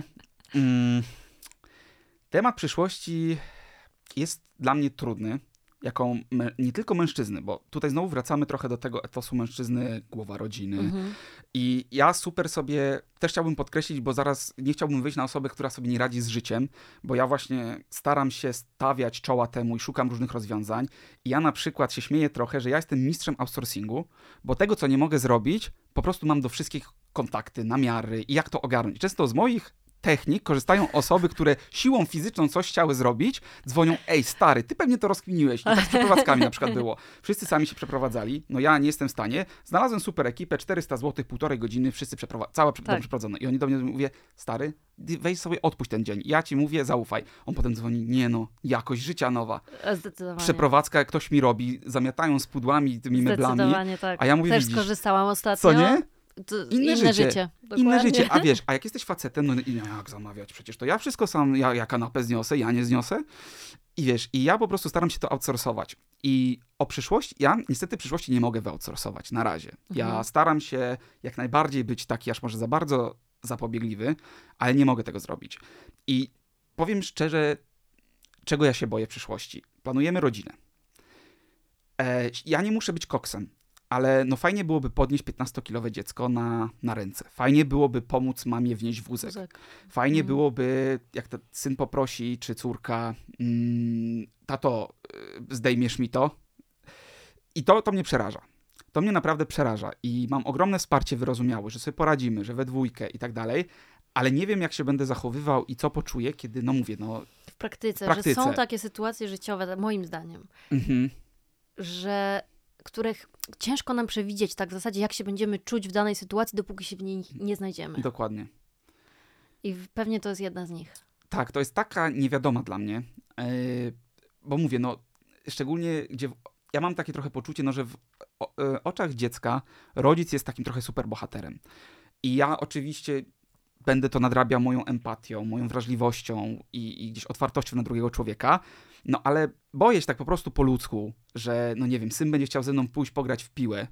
Temat przyszłości jest dla mnie trudny, jako nie tylko mężczyzny, bo tutaj znowu wracamy trochę do tego etosu mężczyzny, głowa rodziny. I ja super sobie też chciałbym podkreślić, bo zaraz nie chciałbym wyjść na osobę, która sobie nie radzi z życiem, bo ja właśnie staram się stawiać czoła temu i szukam różnych rozwiązań. I ja na przykład się śmieję trochę, że ja jestem mistrzem outsourcingu, bo tego, co nie mogę zrobić, po prostu mam do wszystkich kontakty, namiary i jak to ogarnąć. Często z moich technik korzystają osoby, które siłą fizyczną coś chciały zrobić, dzwonią, ej stary, ty pewnie to rozkminiłeś. I tak z przeprowadzkami na przykład było. Wszyscy sami się przeprowadzali, no ja nie jestem w stanie. Znalazłem super ekipę, 400 zł, 1,5 godziny, wszyscy dom przeprowadzony. I oni do mnie mówią, stary, weź sobie odpuść ten dzień. Ja ci mówię, zaufaj. On potem dzwoni, nie no, jakość życia nowa. Zdecydowanie. Przeprowadzka ktoś mi robi, zamiatają z pudłami, tymi meblami. Zdecydowanie tak. A ja mówię, też widzisz, skorzystałam ostatnio. co nie? Inne życie. Inne życie. A wiesz, a jak jesteś facetem, no jak zamawiać? Przecież to ja wszystko sam, ja kanapę zniosę, ja nie zniosę. I wiesz, i ja po prostu staram się to outsourcować. I o przyszłości, ja niestety przyszłości nie mogę wyoutsourcować na razie. Ja staram się jak najbardziej być taki, aż może za bardzo zapobiegliwy, ale nie mogę tego zrobić. I powiem szczerze, czego ja się boję w przyszłości. Planujemy rodzinę. Ja nie muszę być koksem. Ale no fajnie byłoby podnieść 15-kilowe dziecko na ręce. Fajnie byłoby pomóc mamie wnieść wózek. Fajnie byłoby, jak ten syn poprosi, czy córka, tato, zdejmiesz mi to. I to mnie przeraża. To mnie naprawdę przeraża. I mam ogromne wsparcie wyrozumiałe, że sobie poradzimy, że we dwójkę i tak dalej, ale nie wiem, jak się będę zachowywał i co poczuję, kiedy, W praktyce. Że są takie sytuacje życiowe, moim zdaniem, których ciężko nam przewidzieć tak w zasadzie, jak się będziemy czuć w danej sytuacji, dopóki się w niej nie znajdziemy. Dokładnie. I pewnie to jest jedna z nich. Tak, to jest taka niewiadoma dla mnie, bo mówię, no szczególnie gdzie ja mam takie trochę poczucie, no, że w oczach dziecka rodzic jest takim trochę superbohaterem. I ja oczywiście będę to nadrabiał moją empatią, moją wrażliwością i gdzieś otwartością na drugiego człowieka, no ale boję się tak po prostu po ludzku, że no nie wiem, syn będzie chciał ze mną pójść pograć w piłę.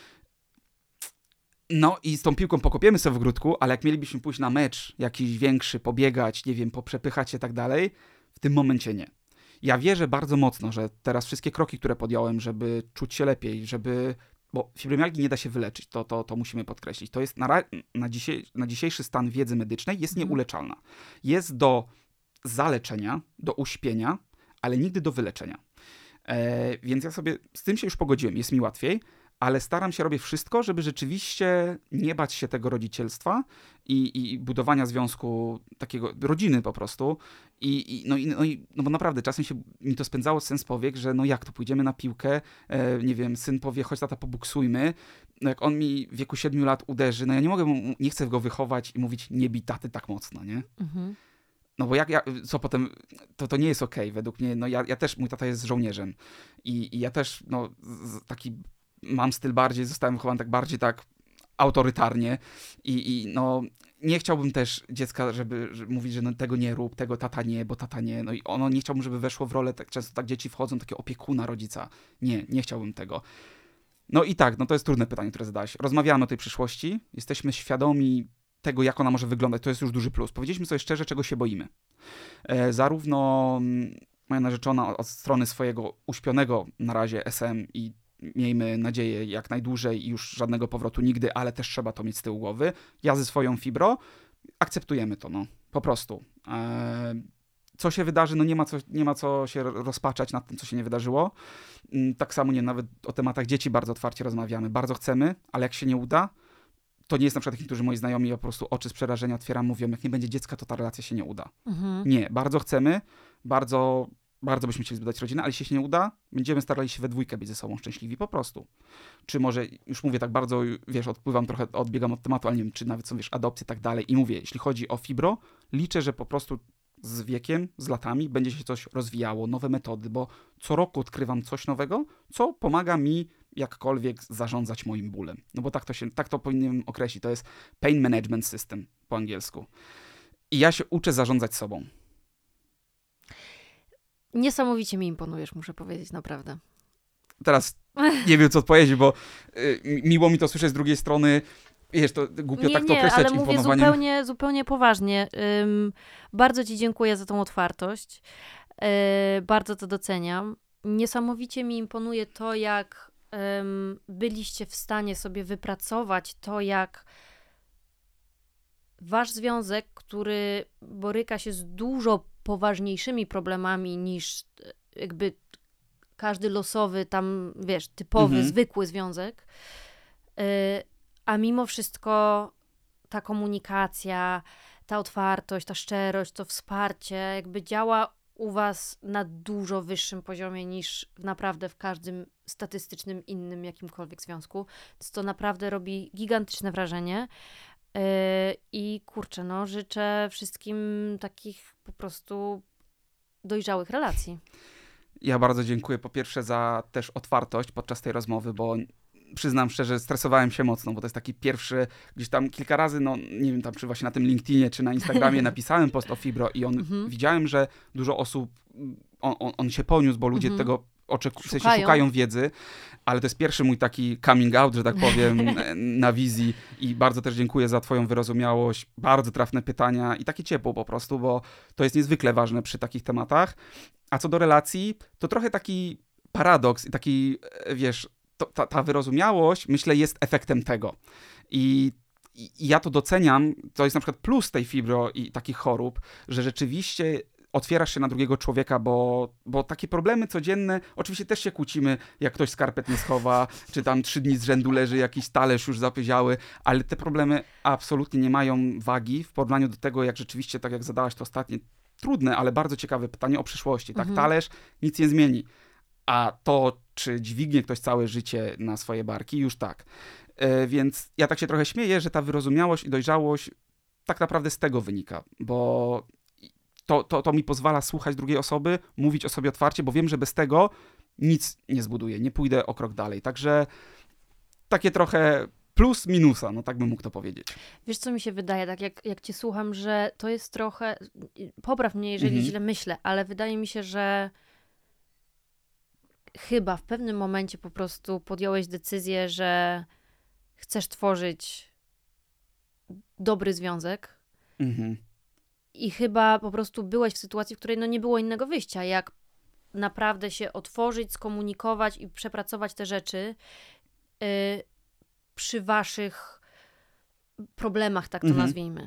No i z tą piłką pokopiemy sobie w ogródku, ale jak mielibyśmy pójść na mecz jakiś większy, pobiegać, nie wiem, poprzepychać się i tak dalej, w tym momencie nie. Ja wierzę bardzo mocno, że teraz wszystkie kroki, które podjąłem, żeby czuć się lepiej, bo fibromialgii nie da się wyleczyć, to musimy podkreślić. To jest na dzisiejszy stan wiedzy medycznej jest nieuleczalna. Jest do zaleczenia, do uśpienia, ale nigdy do wyleczenia. Więc ja sobie z tym się już pogodziłem, jest mi łatwiej, ale staram się, robię wszystko, żeby rzeczywiście nie bać się tego rodzicielstwa i budowania związku, takiego rodziny po prostu. No bo naprawdę czasem mi to spędzało sens powiek, że no jak to, pójdziemy na piłkę, nie wiem, syn powie, chodź tata, pobuksujmy. No jak on mi w wieku 7 lat uderzy, no ja nie chcę go wychować i mówić, nie bij taty tak mocno, nie? Mhm. No bo co potem, to nie jest okej według mnie. No ja też, mój tata jest żołnierzem i ja też, no taki mam styl bardziej, zostałem wychowany tak bardziej tak autorytarnie i no nie chciałbym też dziecka, żeby mówić, że no, tego nie rób, tego tata nie, bo tata nie. No i ono nie chciałbym, żeby weszło w rolę, tak często tak dzieci wchodzą, takie opiekuna rodzica. Nie chciałbym tego. No i tak, no to jest trudne pytanie, które zadałeś. Rozmawiamy o tej przyszłości, jesteśmy świadomi tego, jak ona może wyglądać, to jest już duży plus. Powiedzieliśmy sobie szczerze, czego się boimy. Zarówno moja narzeczona od strony swojego uśpionego na razie SM i miejmy nadzieję jak najdłużej i już żadnego powrotu nigdy, ale też trzeba to mieć z tyłu głowy. Ja ze swoją fibro akceptujemy to, no, po prostu. Co się wydarzy, no nie ma co się rozpaczać nad tym, co się nie wydarzyło. Tak samo nawet o tematach dzieci bardzo otwarcie rozmawiamy. Bardzo chcemy, ale jak się nie uda, to nie jest na przykład takich, którzy moi znajomi po prostu oczy z przerażenia otwieram, mówią, jak nie będzie dziecka, to ta relacja się nie uda. Mhm. Nie, bardzo chcemy, bardzo byśmy chcieli zbudować rodzinę, ale jeśli się nie uda, będziemy starali się we dwójkę być ze sobą szczęśliwi po prostu. Czy może, już mówię tak bardzo, wiesz, odbiegam od tematu, ale nie wiem, czy nawet są, wiesz, adopcje i tak dalej. I mówię, jeśli chodzi o fibro, liczę, że po prostu z wiekiem, z latami będzie się coś rozwijało, nowe metody, bo co roku odkrywam coś nowego, co pomaga mi jakkolwiek zarządzać moim bólem. No bo tak to powinienem określić. To jest pain management system po angielsku. I ja się uczę zarządzać sobą. Niesamowicie mi imponujesz, muszę powiedzieć, naprawdę. Teraz nie wiem, co odpowiedzieć, bo miło mi to słyszeć z drugiej strony. Wiesz, to głupio tak to określać ale mówię zupełnie poważnie. Bardzo ci dziękuję za tą otwartość. Bardzo to doceniam. Niesamowicie mi imponuje to, jak byliście w stanie sobie wypracować to, jak wasz związek, który boryka się z dużo poważniejszymi problemami niż jakby każdy losowy tam, wiesz, typowy, zwykły związek, a mimo wszystko ta komunikacja, ta otwartość, ta szczerość, to wsparcie jakby działa u was na dużo wyższym poziomie niż naprawdę w każdym statystycznym innym jakimkolwiek związku. Więc to naprawdę robi gigantyczne wrażenie. I kurczę, no życzę wszystkim takich po prostu dojrzałych relacji. Ja bardzo dziękuję po pierwsze za też otwartość podczas tej rozmowy, bo przyznam szczerze, stresowałem się mocno, bo to jest taki pierwszy, gdzieś tam kilka razy, no nie wiem, tam czy właśnie na tym LinkedInie, czy na Instagramie napisałem post o fibro i widziałem, że dużo osób, on się poniósł, bo ludzie tego szukają wiedzy, ale to jest pierwszy mój taki coming out, że tak powiem, na wizji i bardzo też dziękuję za twoją wyrozumiałość, bardzo trafne pytania i takie ciepło po prostu, bo to jest niezwykle ważne przy takich tematach. A co do relacji, to trochę taki paradoks i taki, wiesz, ta wyrozumiałość, myślę, jest efektem tego. I ja to doceniam, to jest na przykład plus tej fibro i takich chorób, że rzeczywiście otwierasz się na drugiego człowieka, bo takie problemy codzienne, oczywiście też się kłócimy, jak ktoś skarpet nie schowa, czy tam 3 dni z rzędu leży jakiś talerz już zapyziały, ale te problemy absolutnie nie mają wagi w porównaniu do tego, jak rzeczywiście, tak jak zadałaś to ostatnie, trudne, ale bardzo ciekawe pytanie o przyszłości. Tak, talerz nic nie zmieni, a to, czy dźwignie ktoś całe życie na swoje barki, już tak. Więc ja tak się trochę śmieję, że ta wyrozumiałość i dojrzałość tak naprawdę z tego wynika, bo to mi pozwala słuchać drugiej osoby, mówić o sobie otwarcie, bo wiem, że bez tego nic nie zbuduję, nie pójdę o krok dalej. Także takie trochę plus minusa, no tak bym mógł to powiedzieć. Wiesz, co mi się wydaje, tak jak cię słucham, że to jest trochę, popraw mnie, jeżeli źle myślę, ale wydaje mi się, że chyba w pewnym momencie po prostu podjąłeś decyzję, że chcesz tworzyć dobry związek i chyba po prostu byłeś w sytuacji, w której no nie było innego wyjścia, jak naprawdę się otworzyć, skomunikować i przepracować te rzeczy przy waszych problemach, tak to nazwijmy.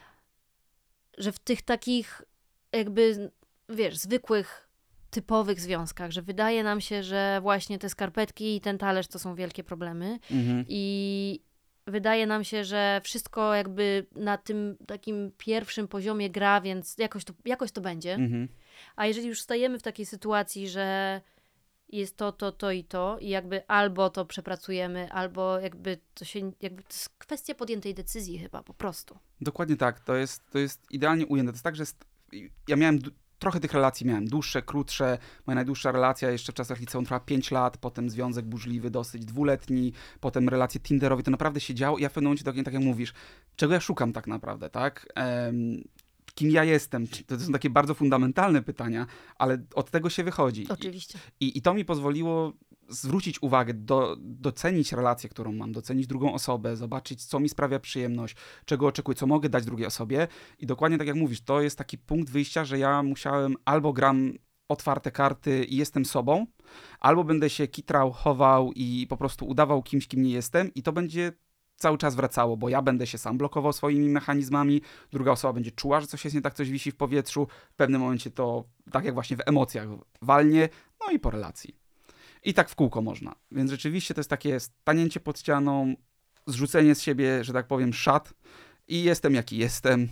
Że w tych takich jakby, wiesz, zwykłych, typowych związkach, że wydaje nam się, że właśnie te skarpetki i ten talerz to są wielkie problemy i wydaje nam się, że wszystko jakby na tym takim pierwszym poziomie gra, więc jakoś to będzie. A jeżeli już stajemy w takiej sytuacji, że jest to i jakby albo to przepracujemy, albo jakby to jest kwestia podjętej decyzji chyba po prostu. Dokładnie tak, to jest idealnie ujęte. To jest tak, że ja miałem trochę tych relacji, miałem dłuższe, krótsze. Moja najdłuższa relacja jeszcze w czasach liceum trwała 5 lat, potem związek burzliwy, dosyć 2-letni, potem relacje tinderowe, to naprawdę się działo i ja w pewnym momencie, tak jak mówisz, czego ja szukam tak naprawdę, tak? Kim ja jestem? To są takie bardzo fundamentalne pytania, ale od tego się wychodzi. Oczywiście. I to mi pozwoliło zwrócić uwagę, docenić relację, którą mam, docenić drugą osobę, zobaczyć, co mi sprawia przyjemność, czego oczekuję, co mogę dać drugiej osobie. I dokładnie tak jak mówisz, to jest taki punkt wyjścia, że ja musiałem albo gram otwarte karty i jestem sobą, albo będę się kitrał, chował i po prostu udawał kimś, kim nie jestem i to będzie cały czas wracało, bo ja będę się sam blokował swoimi mechanizmami, druga osoba będzie czuła, że coś jest nie tak, coś wisi w powietrzu, w pewnym momencie to, tak jak właśnie w emocjach, walnie, no i po relacji. I tak w kółko można. Więc rzeczywiście to jest takie stanięcie pod ścianą, zrzucenie z siebie, że tak powiem, szat i jestem jaki jestem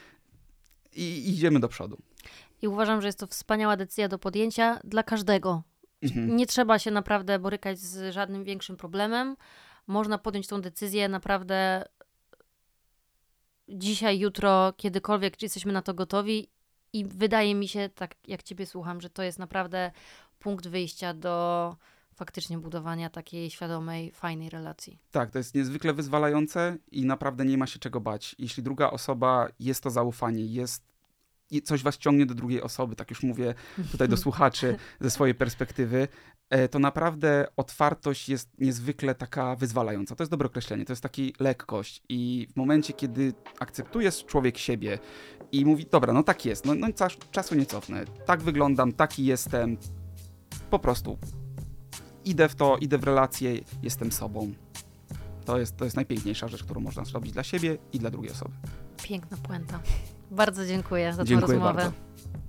i idziemy do przodu. I uważam, że jest to wspaniała decyzja do podjęcia dla każdego. Nie trzeba się naprawdę borykać z żadnym większym problemem. Można podjąć tą decyzję naprawdę dzisiaj, jutro, kiedykolwiek, czy jesteśmy na to gotowi i wydaje mi się, tak jak ciebie słucham, że to jest naprawdę punkt wyjścia do faktycznie budowania takiej świadomej, fajnej relacji. Tak, to jest niezwykle wyzwalające i naprawdę nie ma się czego bać. Jeśli druga osoba jest to zaufanie, coś was ciągnie do drugiej osoby, tak już mówię tutaj do słuchaczy ze swojej perspektywy, to naprawdę otwartość jest niezwykle taka wyzwalająca. To jest dobre określenie, to jest taki lekkość i w momencie, kiedy akceptuje człowiek siebie i mówi, dobra, no tak jest, no czasu nie cofnę, tak wyglądam, taki jestem, po prostu idę w to, idę w relację, jestem sobą. To jest najpiękniejsza rzecz, którą można zrobić dla siebie i dla drugiej osoby. Piękna puenta. Bardzo dziękuję za tę Dziękuję rozmowę. Bardzo.